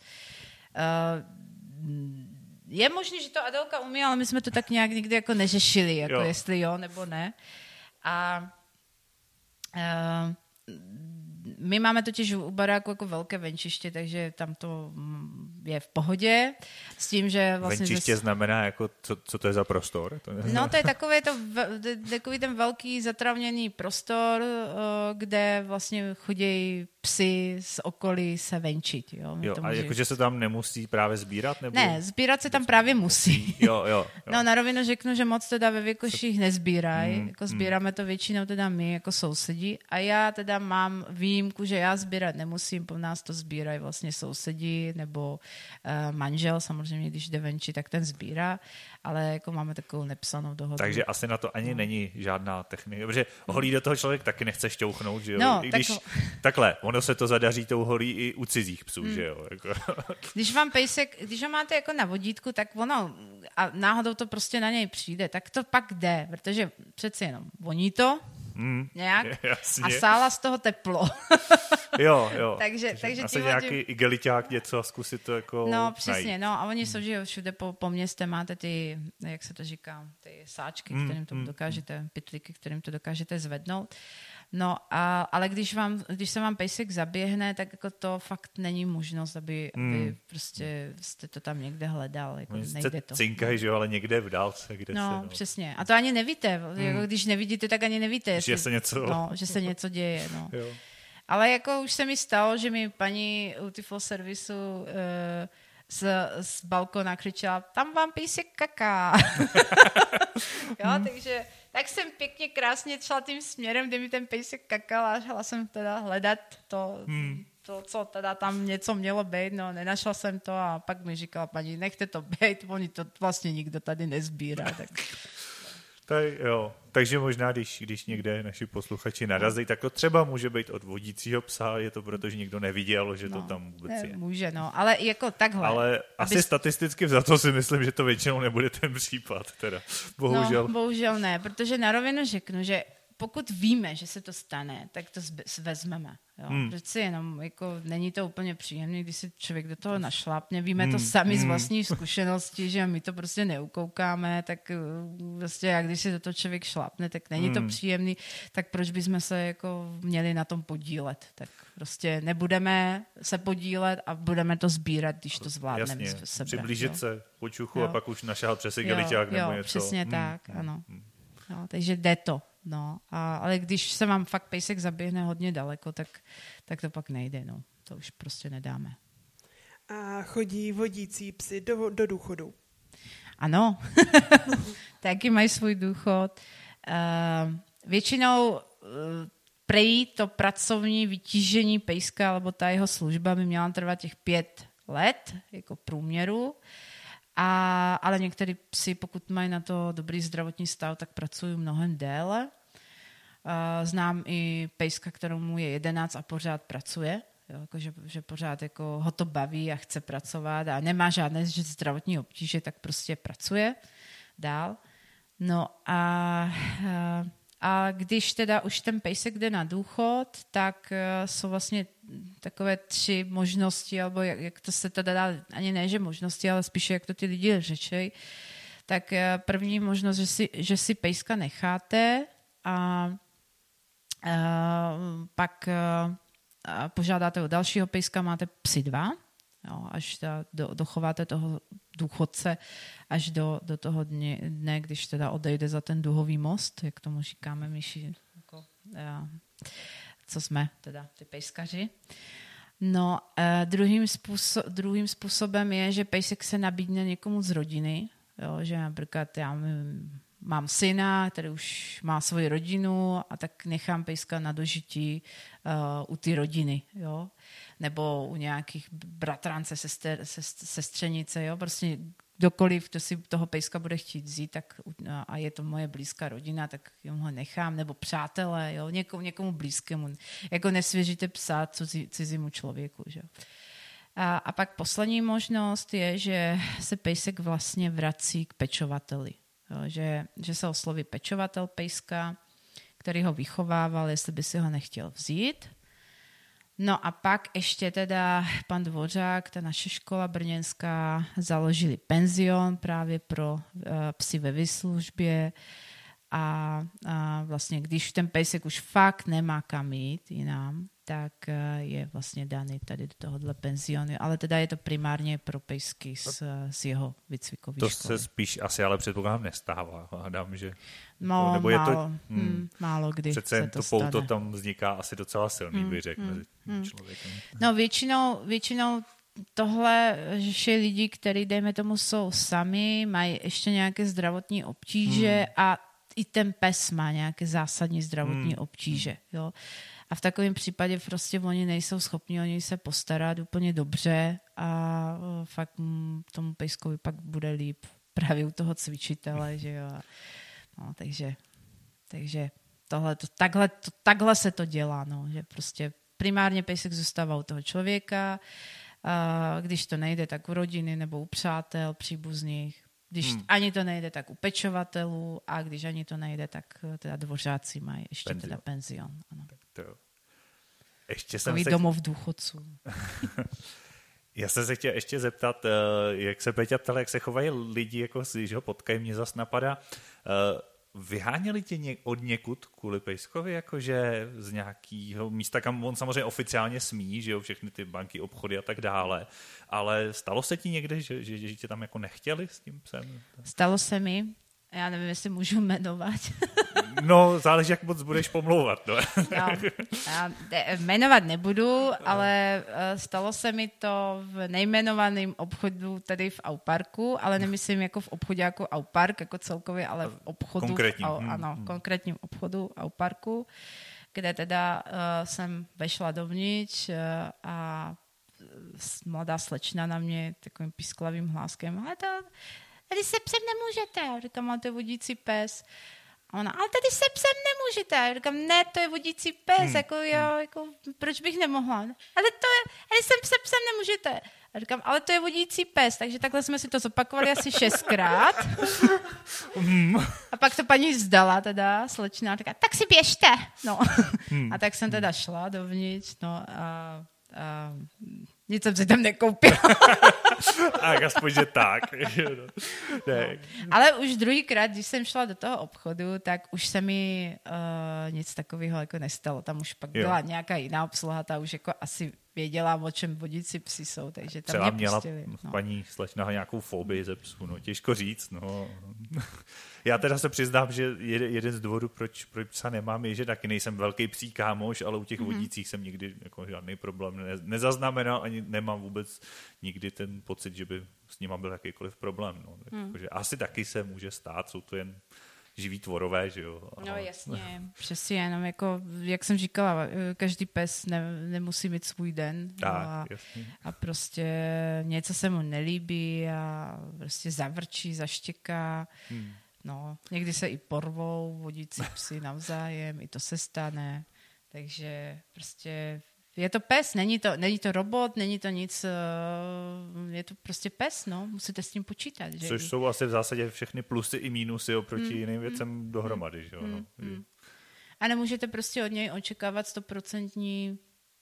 Speaker 3: Je možné, že to Adelka umí, ale my jsme to tak nějak nikdy jako neřešili, jako jestli jo nebo ne. A my máme totiž u baráku jako velké venčiště, takže tam to je v pohodě. S tím, že vlastně...
Speaker 1: Venčiště znamená, jako, co to je za prostor?
Speaker 3: No, to je takový ten velký zatravněný prostor, kde vlastně chodí psy z okolí se venčit. Jo,
Speaker 1: a jakože se tam nemusí právě sbírat? Nebo...
Speaker 3: Ne, sbírat se tam právě musí.
Speaker 1: Jo.
Speaker 3: No, na rovinu řeknu, že moc teda ve Věkoších nezbírají. Jako sbíráme to většinou teda my, jako sousedí. A já teda mám výjimku, že já sbírat nemusím, po nás to sbírají vlastně sousedí, nebo manžel, samozřejmě, když jde venčit, tak ten sbírá, ale jako máme takovou nepsanou dohodu.
Speaker 1: Takže asi na to ani není žádná technika, protože holí do toho člověk taky nechce šťouchnout, že jo?
Speaker 3: No,
Speaker 1: I když takhle, ono se to zadaří tou holí i u cizích psů, že jo? Jako.
Speaker 3: Když vám pejsek, když ho máte jako na vodítku, tak ono, a náhodou to prostě na něj přijde, tak to pak jde, protože přeci jenom voní to, nějak
Speaker 1: jasně.
Speaker 3: A sála z toho teplo.
Speaker 1: jo.
Speaker 3: takže
Speaker 1: asi nějaký igeliťák něco a zkusit to jako
Speaker 3: no, přesně,
Speaker 1: najít.
Speaker 3: no a oni jsou, že všude po městě máte ty, jak se to říká, ty sáčky, kterým to dokážete, pytlíky, kterým to dokážete zvednout. No, ale když se vám pejsek zaběhne, tak jako to fakt není možnost, aby prostě jste to tam někde hledal. Jako nejde to.
Speaker 1: Cinkají, že jo, ale někde v dálce, kde
Speaker 3: no, přesně. A to ani nevíte. Jako když nevidíte, tak ani nevíte.
Speaker 1: Že se
Speaker 3: něco děje. No.
Speaker 1: Jo.
Speaker 3: Ale jako už se mi stalo, že mi paní Utiful servisu z balkona křičela, tam vám pejsek kaká. Jo, takže tak jsem pěkně krásně šla tím směrem, kde mi ten pejsek kakal a šla jsem teda hledat to, co teda tam něco mělo být, no nenašla jsem to a pak mi říkala paní, nechte to být, oni to vlastně nikdo tady nezbírá. Tak...
Speaker 1: Jo. Takže možná, když někde naši posluchači narazí, tak to třeba může být od vodícího psa, je to proto, že nikdo neviděl, že to tam vůbec je.
Speaker 3: Může, no, ale jako takhle.
Speaker 1: Ale asi statisticky vzato si myslím, že to většinou nebude ten případ, teda. Bohužel.
Speaker 3: No, bohužel ne, protože na rovinu řeknu, že pokud víme, že se to stane, tak to vezmeme. Jo? Přeci jenom jako není to úplně příjemné, když si člověk do toho našlápne. Víme to sami z vlastní zkušenosti, že my to prostě neukoukáme, tak prostě jak když si do toho člověk šlápne, tak není to příjemný, tak proč bychom se jako měli na tom podílet? Tak prostě nebudeme se podílet a budeme to sbírat, když to zvládneme.
Speaker 1: Jasně, přiblížit se po čuchu a pak už našahat přes igeliťák nebo něco.
Speaker 3: Přesně tak, ano. No, takže jde to. No, ale když se vám fakt pejsek zaběhne hodně daleko, tak to pak nejde, no. To už prostě nedáme.
Speaker 2: A chodí vodící psy do důchodu?
Speaker 3: Ano, taky mají svůj důchod. Většinou prej to pracovní vytížení pejska, alebo ta jeho služba by měla trvat těch 5 let, jako průměru. Ale některý psi, pokud mají na to dobrý zdravotní stav, tak pracují mnohem déle. Znám i pejska, kterému je 11 a pořád pracuje. Jo, jako že pořád jako ho to baví a chce pracovat a nemá žádné zdravotní obtíže, tak prostě pracuje dál. No a když teda už ten pejsek jde na důchod, tak jsou vlastně takové 3 možnosti, alebo jak to se teda dá, ani ne, že možnosti, ale spíše jak to ty lidi řečej. Tak první možnost, že si pejska necháte a pak požádáte o dalšího pejska, máte psy 2, jo, až dochováte toho důchodce až do toho dne, když teda odejde za ten duhový most, jak tomu říkáme myši, jako, co jsme teda ty pejskaři. No, druhým způsobem je, že pejsek se nabídne někomu z rodiny, jo, že například já mám syna, který už má svoji rodinu a tak nechám pejska na dožití u té rodiny, jo. Nebo u nějakých bratrance, sestřenice, jo. Prostě kdokoliv, kdo si toho pejska bude chtít vzít, tak, a je to moje blízká rodina, tak ho nechám, nebo přátelé, jo, někomu blízkému. Jako nesvěříte psa cizímu člověku. Že? A pak poslední možnost je, že se pejsek vlastně vrací k pečovateli. Jo, že se osloví pečovatel pejska, který ho vychovával, jestli by si ho nechtěl vzít. No a pak ještě teda pan Dvořák, ta naše škola brněnská, založili penzion právě pro psy ve výslužbě a vlastně když ten pejsek už fakt nemá kam jít jinam, tak je vlastně daný tady do tohohle penzionu, ale teda je to primárně pro pejsky z jeho výcvikové školy.
Speaker 1: To se spíš asi ale předpokládám nestává, hádám, že...
Speaker 3: No,
Speaker 1: nebo
Speaker 3: málo,
Speaker 1: je to,
Speaker 3: málo kdy
Speaker 1: přece
Speaker 3: se to
Speaker 1: pouto
Speaker 3: stane.
Speaker 1: tam vzniká asi docela silný, bych řekl, mezi člověkem.
Speaker 3: No většinou tohle řeší lidi, kteří, dejme tomu, jsou sami, mají ještě nějaké zdravotní obtíže a i ten pes má nějaké zásadní zdravotní obtíže. Jo? A v takovém případě prostě oni nejsou schopni o něj se postarat úplně dobře a fakt tomu pejskovi pak bude líp právě u toho cvičitele. Že jo? No, takže takhle se to dělá, no, že prostě primárně pejsek zůstává u toho člověka, a když to nejde, tak u rodiny nebo u přátel, příbuzných. Když ani to nejde, tak u pečovatelů a když ani to nejde, tak teda dvořáci mají ještě penzion. Teda penzion. Ano.
Speaker 1: Ještě
Speaker 3: jsem domov důchodců.
Speaker 1: Já jsem se chtěl ještě zeptat, jak se Peťa ptala, jak se chovají lidi, jako když ho potkají, mě zas napadá. Vyháněli tě od někud kvůli pejskovi, jakože z nějakého místa, kam on samozřejmě oficiálně smí, že jo, všechny ty banky, obchody a tak dále, ale stalo se ti někde, že tě tam jako nechtěli s tím psem?
Speaker 3: Stalo se mi, já nevím, jestli můžu jmenovat.
Speaker 1: No, záleží, jak moc budeš pomlouvat. No.
Speaker 3: Já jmenovat nebudu, ale stalo se mi to v nejmenovaném obchodu tady v Auparku, ale nemyslím jako v obchodě jako Aupark, jako celkově, ale v obchodu, konkrétním obchodu Auparku, kde teda jsem vešla dovnitř a mladá slečna na mě takovým písklavým hláskem, ale tady se psem nemůžete. Já říkám, ale to je vodící pes. A ona, ale tady se psem nemůžete. Já říkám, ne, to je vodící pes, jako, proč bych nemohla? Ale se psem nemůžete. A říkám, ale to je vodící pes, takže takhle jsme si to zopakovali asi 6krát. A pak to paní vzdala teda, slečna, a říká, tak si běžte. No. A tak jsem teda šla dovnitř, no a nic jsem si tam nekoupila.
Speaker 1: A aspoň, že tak.
Speaker 3: Ale už druhýkrát, když jsem šla do toho obchodu, tak už se mi nic takového jako nestalo. Tam už pak byla nějaká jiná obsluha, ta už jako asi věděla, o čem vodící psi jsou, takže tam
Speaker 1: třeba
Speaker 3: mě pustili.
Speaker 1: Měla paní slečna nějakou fobii ze psů, no, těžko říct, no. Já teda se přiznám, že jeden z důvodů, proč psa nemám, je, že taky nejsem velký psí kámoš, ale u těch vodících jsem nikdy jako žádný problém nezaznamenal, ani nemám vůbec nikdy ten pocit, že by s nima byl jakýkoliv problém. No. Takže asi taky se může stát, jsou to jen živí tvorové, že jo.
Speaker 3: No jasně, přesně, jenom jako, jak jsem říkala, každý pes nemusí mít svůj den.
Speaker 1: Tak,
Speaker 3: a prostě něco se mu nelíbí a prostě zavrčí, zaštěká. No, někdy se i porvou vodící psy navzájem, i to se stane. Takže prostě je to pes, není to robot, není to nic, je to prostě pes, no, musíte s tím počítat. Že?
Speaker 1: Což jsou asi v zásadě všechny plusy i mínusy oproti jiným věcem dohromady, že jo. No.
Speaker 3: A nemůžete prostě od něj očekávat 100%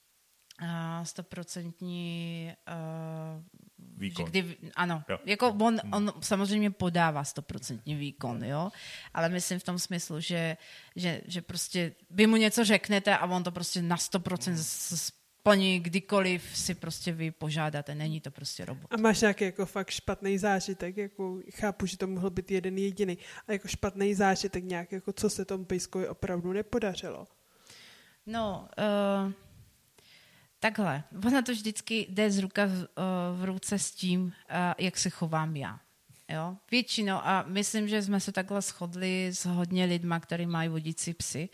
Speaker 1: výkon.
Speaker 3: Ano, jako on samozřejmě podává 100% výkon, jo, ale myslím v tom smyslu, že prostě vy mu něco řeknete a on to prostě na 100% splní, kdykoliv si prostě vy požádáte, není to prostě robot.
Speaker 2: A máš nějaký jako fakt špatný zážitek, jako chápu, že to mohl být jeden jediný, a jako špatný zážitek nějak, jako co se tomu pejskovi opravdu nepodařilo?
Speaker 3: No, takhle, ono to vždycky jde z ruka v ruce s tím, jak se chovám já. Jo? Většinou, a myslím, že jsme se takhle shodli s hodně lidma, kteří mají vodící psy.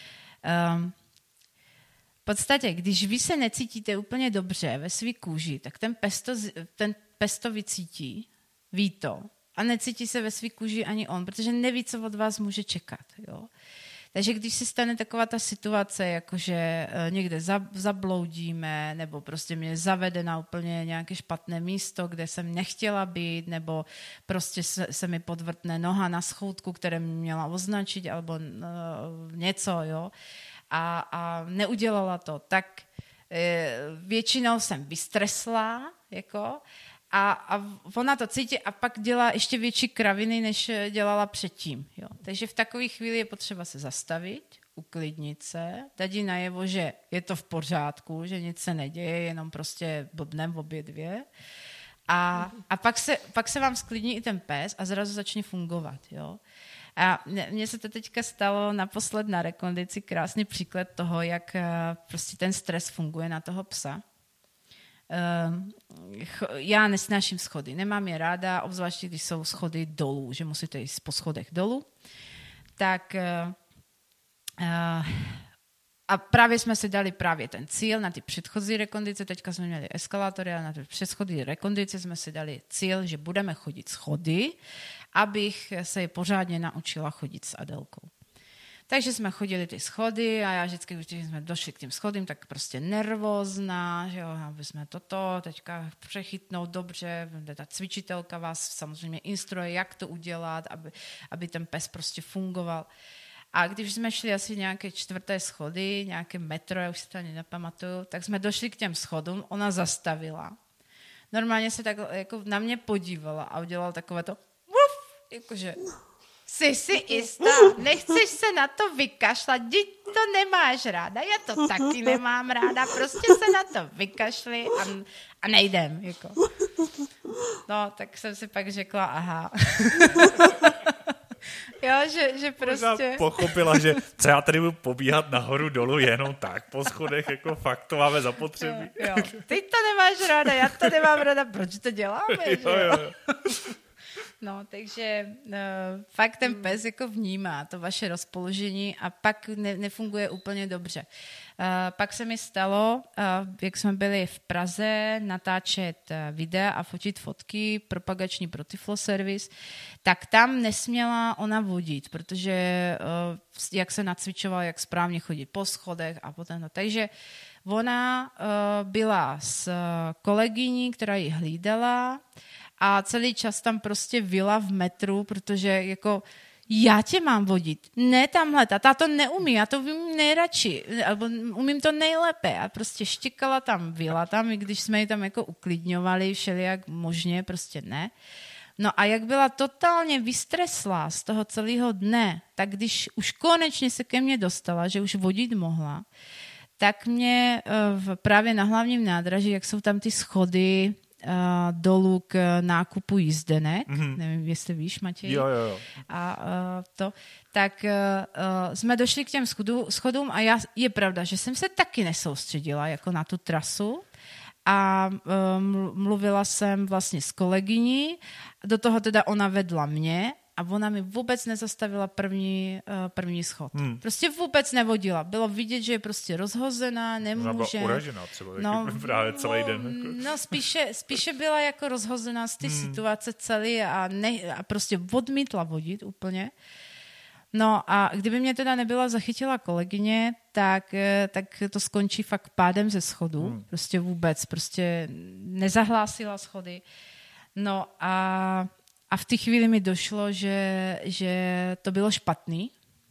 Speaker 3: V podstatě, když vy se necítíte úplně dobře ve své kůži, tak ten pes to vycítí, ví to a necítí se ve svý kůži ani on, protože neví, co od vás může čekat. Jo? Takže když se stane taková ta situace, jakože někde zabloudíme, nebo prostě mě zavede na úplně nějaké špatné místo, kde jsem nechtěla být, nebo prostě se mi podvrtne noha na schodku, které mě měla označit, alebo něco, jo, a neudělala to, tak většinou jsem vystresla, jako, a ona to cítí a pak dělá ještě větší kraviny, než dělala předtím. Jo. Takže v takové chvíli je potřeba se zastavit, uklidnit se, dát jí najevo, že je to v pořádku, že nic se neděje, jenom prostě blbnem obě dvě. A pak se vám sklidní i ten pes a zrazu začne fungovat. Jo. A mně se to teďka stalo naposled na rekondici krásný příklad toho, jak prostě ten stres funguje na toho psa. Já nesnáším schody, nemám je ráda, obzvláště když jsou schody dolů, že musíte jít po schodech dolů. Tak a právě jsme si dali právě ten cíl na ty předchozí rekondice, teďka jsme měli eskalátory a na ty předchozí rekondice jsme si dali cíl, že budeme chodit schody, abych se je pořádně naučila chodit s Adelkou. Takže jsme chodili ty schody a já vždycky, když jsme došli k těm schodům, tak prostě nervózná, že jo, aby jsme toto teďka přechytnout dobře, ta cvičitelka vás samozřejmě instruuje, jak to udělat, aby ten pes prostě fungoval. A když jsme šli asi nějaké 4. schody, nějaké metro, já už si to ani nepamatuju, tak jsme došli k těm schodům, ona zastavila. Normálně se tak jako na mě podívala a udělala takové to jakože jsi si jistá, nechceš se na to vykašlat, teď to nemáš ráda, já to taky nemám ráda, prostě se na to vykašli a nejdem. Jako. No, tak jsem si pak řekla, aha. Jo, že prostě...
Speaker 1: Možná pochopila, že co já tady budu pobíhat nahoru dolů jenom tak po schodech, jako fakt to máme zapotřebí.
Speaker 3: Jo. Ty to nemáš ráda, já to nemám ráda, proč to děláme? Jo. No, takže fakt ten pes jako vnímá to vaše rozpoložení a pak nefunguje úplně dobře. Pak se mi stalo, jak jsme byli v Praze natáčet videa a fotit fotky, propagační pro Tiflo servis, tak tam nesměla ona vodit, protože jak se nacvičovala, jak správně chodit po schodech a potom. Takže ona byla s kolegyní, která ji hlídala, a celý čas tam prostě vyla v metru, protože jako já tě mám vodit, ne tamhle, ta to neumí, já to vím nejradši, alebo umím to nejlépe a prostě štěkala tam, vyla tam, i když jsme ji tam jako uklidňovali všelijak možně, prostě ne. No a jak byla totálně vystreslá z toho celého dne, tak když už konečně se ke mně dostala, že už vodit mohla, tak mě právě na hlavním nádraží, jak jsou tam ty schody dolů k nákupu jízdenek, nevím, jestli víš, Matěj.
Speaker 1: Jo.
Speaker 3: A tak jsme došli k těm schodům a je pravda, že jsem se taky nesoustředila jako na tu trasu a mluvila jsem vlastně s kolegyní, do toho teda ona vedla mě a ona mi vůbec nezastavila první schod. Prostě vůbec nevodila. Bylo vidět, že je prostě rozhozená, nemůže.
Speaker 1: Byla uražená třeba, právě celý den.
Speaker 3: No spíše byla jako rozhozená z té situace celý a prostě odmítla vodit úplně. No a kdyby mě teda nebyla zachytila kolegyně, tak to skončí fakt pádem ze schodu. Prostě vůbec, prostě nezahlásila schody. No a v té chvíli mi došlo, že to bylo špatný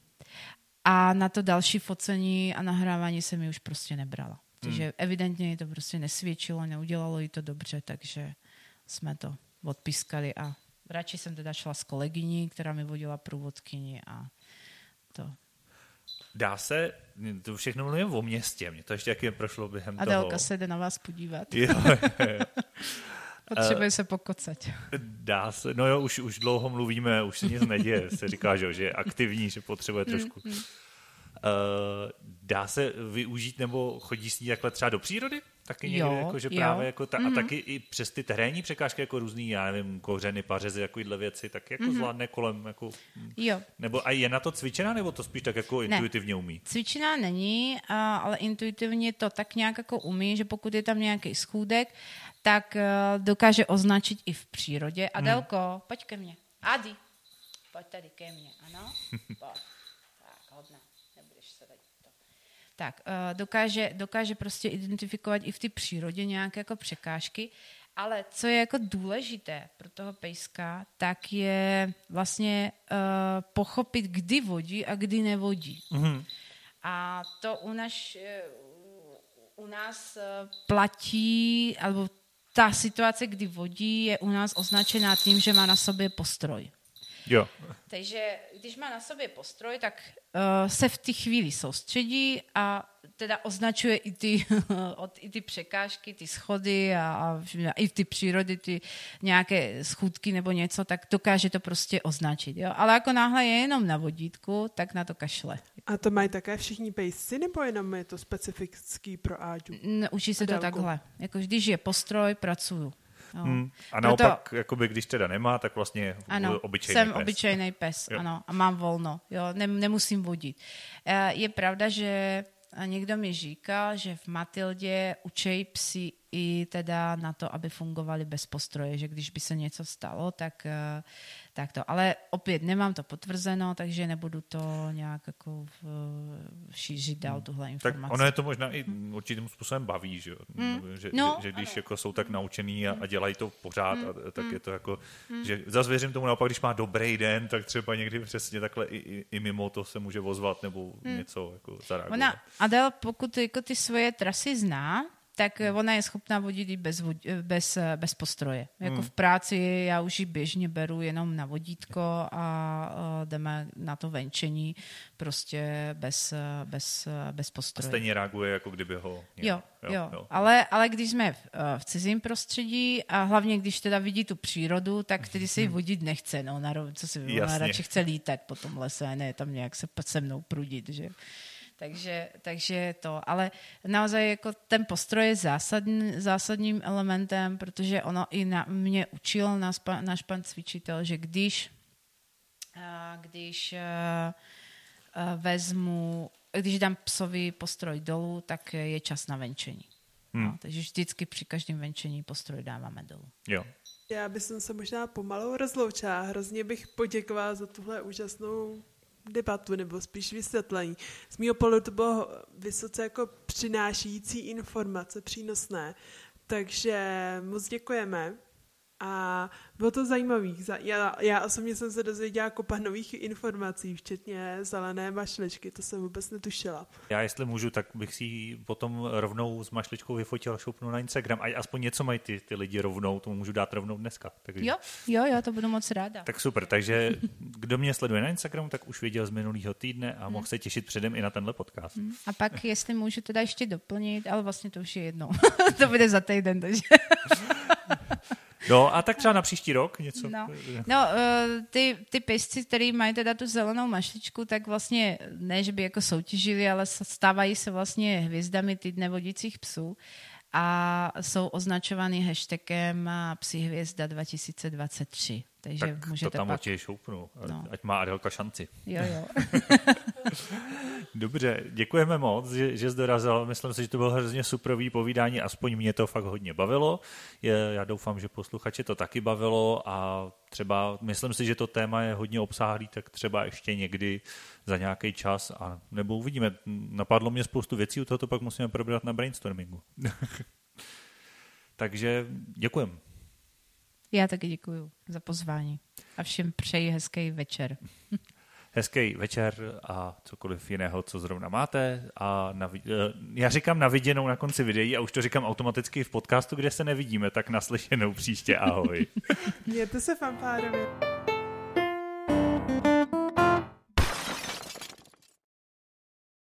Speaker 3: a na to další focení a nahrávání se mi už prostě nebrala. Takže evidentně jí to prostě nesvědčilo, neudělalo jí to dobře, takže jsme to odpískali a radši jsem teda šla s kolegyní, která mi vodila průvodkyni a to.
Speaker 1: Dá se, to všechno mluvím o městě, mě to ještě taky prošlo během toho.
Speaker 3: Adelka se jde na vás podívat.
Speaker 1: Jo.
Speaker 3: Potřebuje se pokocať.
Speaker 1: Dá se, no jo, už dlouho mluvíme, už se nic neděje, se říká, že je aktivní, že potřebuje trošku. Dá se využít nebo chodí s ní takhle třeba do přírody? Taky někdy, jako, že právě jako a taky i přes ty terénní překážky, jako různý, já nevím, kořeny, pařezy, takovýhle věci, tak jako zvládne kolem, jako, nebo a je na to cvičená, nebo to spíš tak jako intuitivně umí?
Speaker 3: Cvičená není, ale intuitivně to tak nějak jako umí, že pokud je tam nějaký schůdek, tak dokáže označit i v přírodě. Adelko, pojď ke mně. Adi, pojď tady ke mně, ano? Tak, hodná, nebudeš se tady. Tak, dokáže prostě identifikovat i v té přírodě nějaké jako překážky, ale co je jako důležité pro toho pejska, tak je vlastně pochopit, kdy vodí a kdy nevodí. A to u nás platí, alebo ta situace, kdy vodí, je u nás označená tím, že má na sobě postroj.
Speaker 1: Jo.
Speaker 3: Takže když má na sobě postroj, tak se v té chvíli soustředí a teda označuje i ty překážky, ty schody a i ty přírody, ty nějaké schůdky nebo něco, tak dokáže to prostě označit. Jo? Ale jako náhle je jenom na vodítku, tak na to kašle.
Speaker 2: A to mají také všichni pejsci, nebo jenom je to specifický pro Áďu?
Speaker 3: Učí se to takhle. Jako když je postroj, pracuju.
Speaker 1: A naopak, jakoby, když teda nemá, tak vlastně obyčejný pes.
Speaker 3: Jsem obyčejný pes, ano, a mám volno, jo, nemusím vodit. Je pravda, že někdo mi říkal, že v Matildě učí psi i teda na to, aby fungovali bez postroje, že když by se něco stalo, tak to. Ale opět nemám to potvrzeno, takže nebudu to nějak jako šířit dál tuhle informaci.
Speaker 1: Tak ono je to možná i určitým způsobem baví, že, že když jako jsou tak naučený a dělají to pořád, tak je to jako, že zase věřím tomu naopak, když má dobrý den, tak třeba někdy přesně takhle i mimo to se může ozvat nebo něco jako zareagovat.
Speaker 3: Adel, pokud jako ty svoje trasy zná, tak ona je schopná vodit i bez postroje. Jako v práci já už ji běžně beru jenom na vodítko a jdeme na to venčení prostě bez postroje.
Speaker 1: A stejně reaguje, jako kdyby ho...
Speaker 3: Jo. Ale když jsme v cizím prostředí a hlavně když teda vidí tu přírodu, tak tedy se jí vodit nechce. No, ona radši chce lítat po tom lese, ne tam nějak se mnou prudit, že... Takže to, ale naozaj jako ten postroj je zásadním elementem, protože ono i mě učil náš pan cvičitel, že když dám psovi postroj dolů, tak je čas na venčení. No, takže vždycky při každém venčení postroj dáváme dolů.
Speaker 1: Jo.
Speaker 2: Já bych se možná pomalu rozloučila. Hrozně bych poděkovala za tuhle úžasnou debatu, nebo spíš vysvětlení. Z mýho pohledu to bylo vysoce jako přinášející informace, přínosné. Takže moc děkujeme. A bylo to zajímavý. Já osobně jsem se dozvěděla kopa nových informací, včetně zelené mašličky, to jsem vůbec netušila. Já
Speaker 1: jestli můžu, tak bych si ji potom rovnou s mašličkou vyfotil a šoupnu na Instagram. A aspoň něco mají ty lidi rovnou, tomu můžu dát rovnou dneska. Takže...
Speaker 3: Jo, to budu moc ráda.
Speaker 1: Tak super, takže kdo mě sleduje na Instagramu, tak už viděl z minulého týdne a mohl se těšit předem i na tenhle podcast.
Speaker 3: A pak, jestli můžu teda ještě doplnit, ale vlastně to už je jednou. To bude za týden, takže...
Speaker 1: No a tak třeba na příští rok něco?
Speaker 3: Ty pejsci, který mají teda tu zelenou mašličku, tak vlastně ne, že by jako soutěžili, ale stávají se vlastně hvězdami týdne vodících psů a jsou označovaný hashtagem Psí hvězda 2023. Takže
Speaker 1: tak
Speaker 3: můžete
Speaker 1: to tam
Speaker 3: pak...
Speaker 1: určitě šoupnu, ať má Adelka šanci.
Speaker 3: Jo.
Speaker 1: Dobře, děkujeme moc, že jsi dorazil. Myslím si, že to bylo hrozně superový povídání, aspoň mě to fakt hodně bavilo. Já doufám, že posluchače to taky bavilo a třeba, myslím si, že to téma je hodně obsáhlý, tak třeba ještě někdy za nějaký čas, a nebo uvidíme. Napadlo mě spoustu věcí, u toho to pak musíme probrat na brainstormingu. Takže děkujem.
Speaker 3: Já taky děkuju za pozvání a všem přeji hezký večer.
Speaker 1: Hezký večer a cokoliv jiného, co zrovna máte. A já říkám na viděnou na konci videí a už to říkám automaticky v podcastu, kde se nevidíme, tak naslyšenou příště. Ahoj.
Speaker 2: Mějte se fanfárově.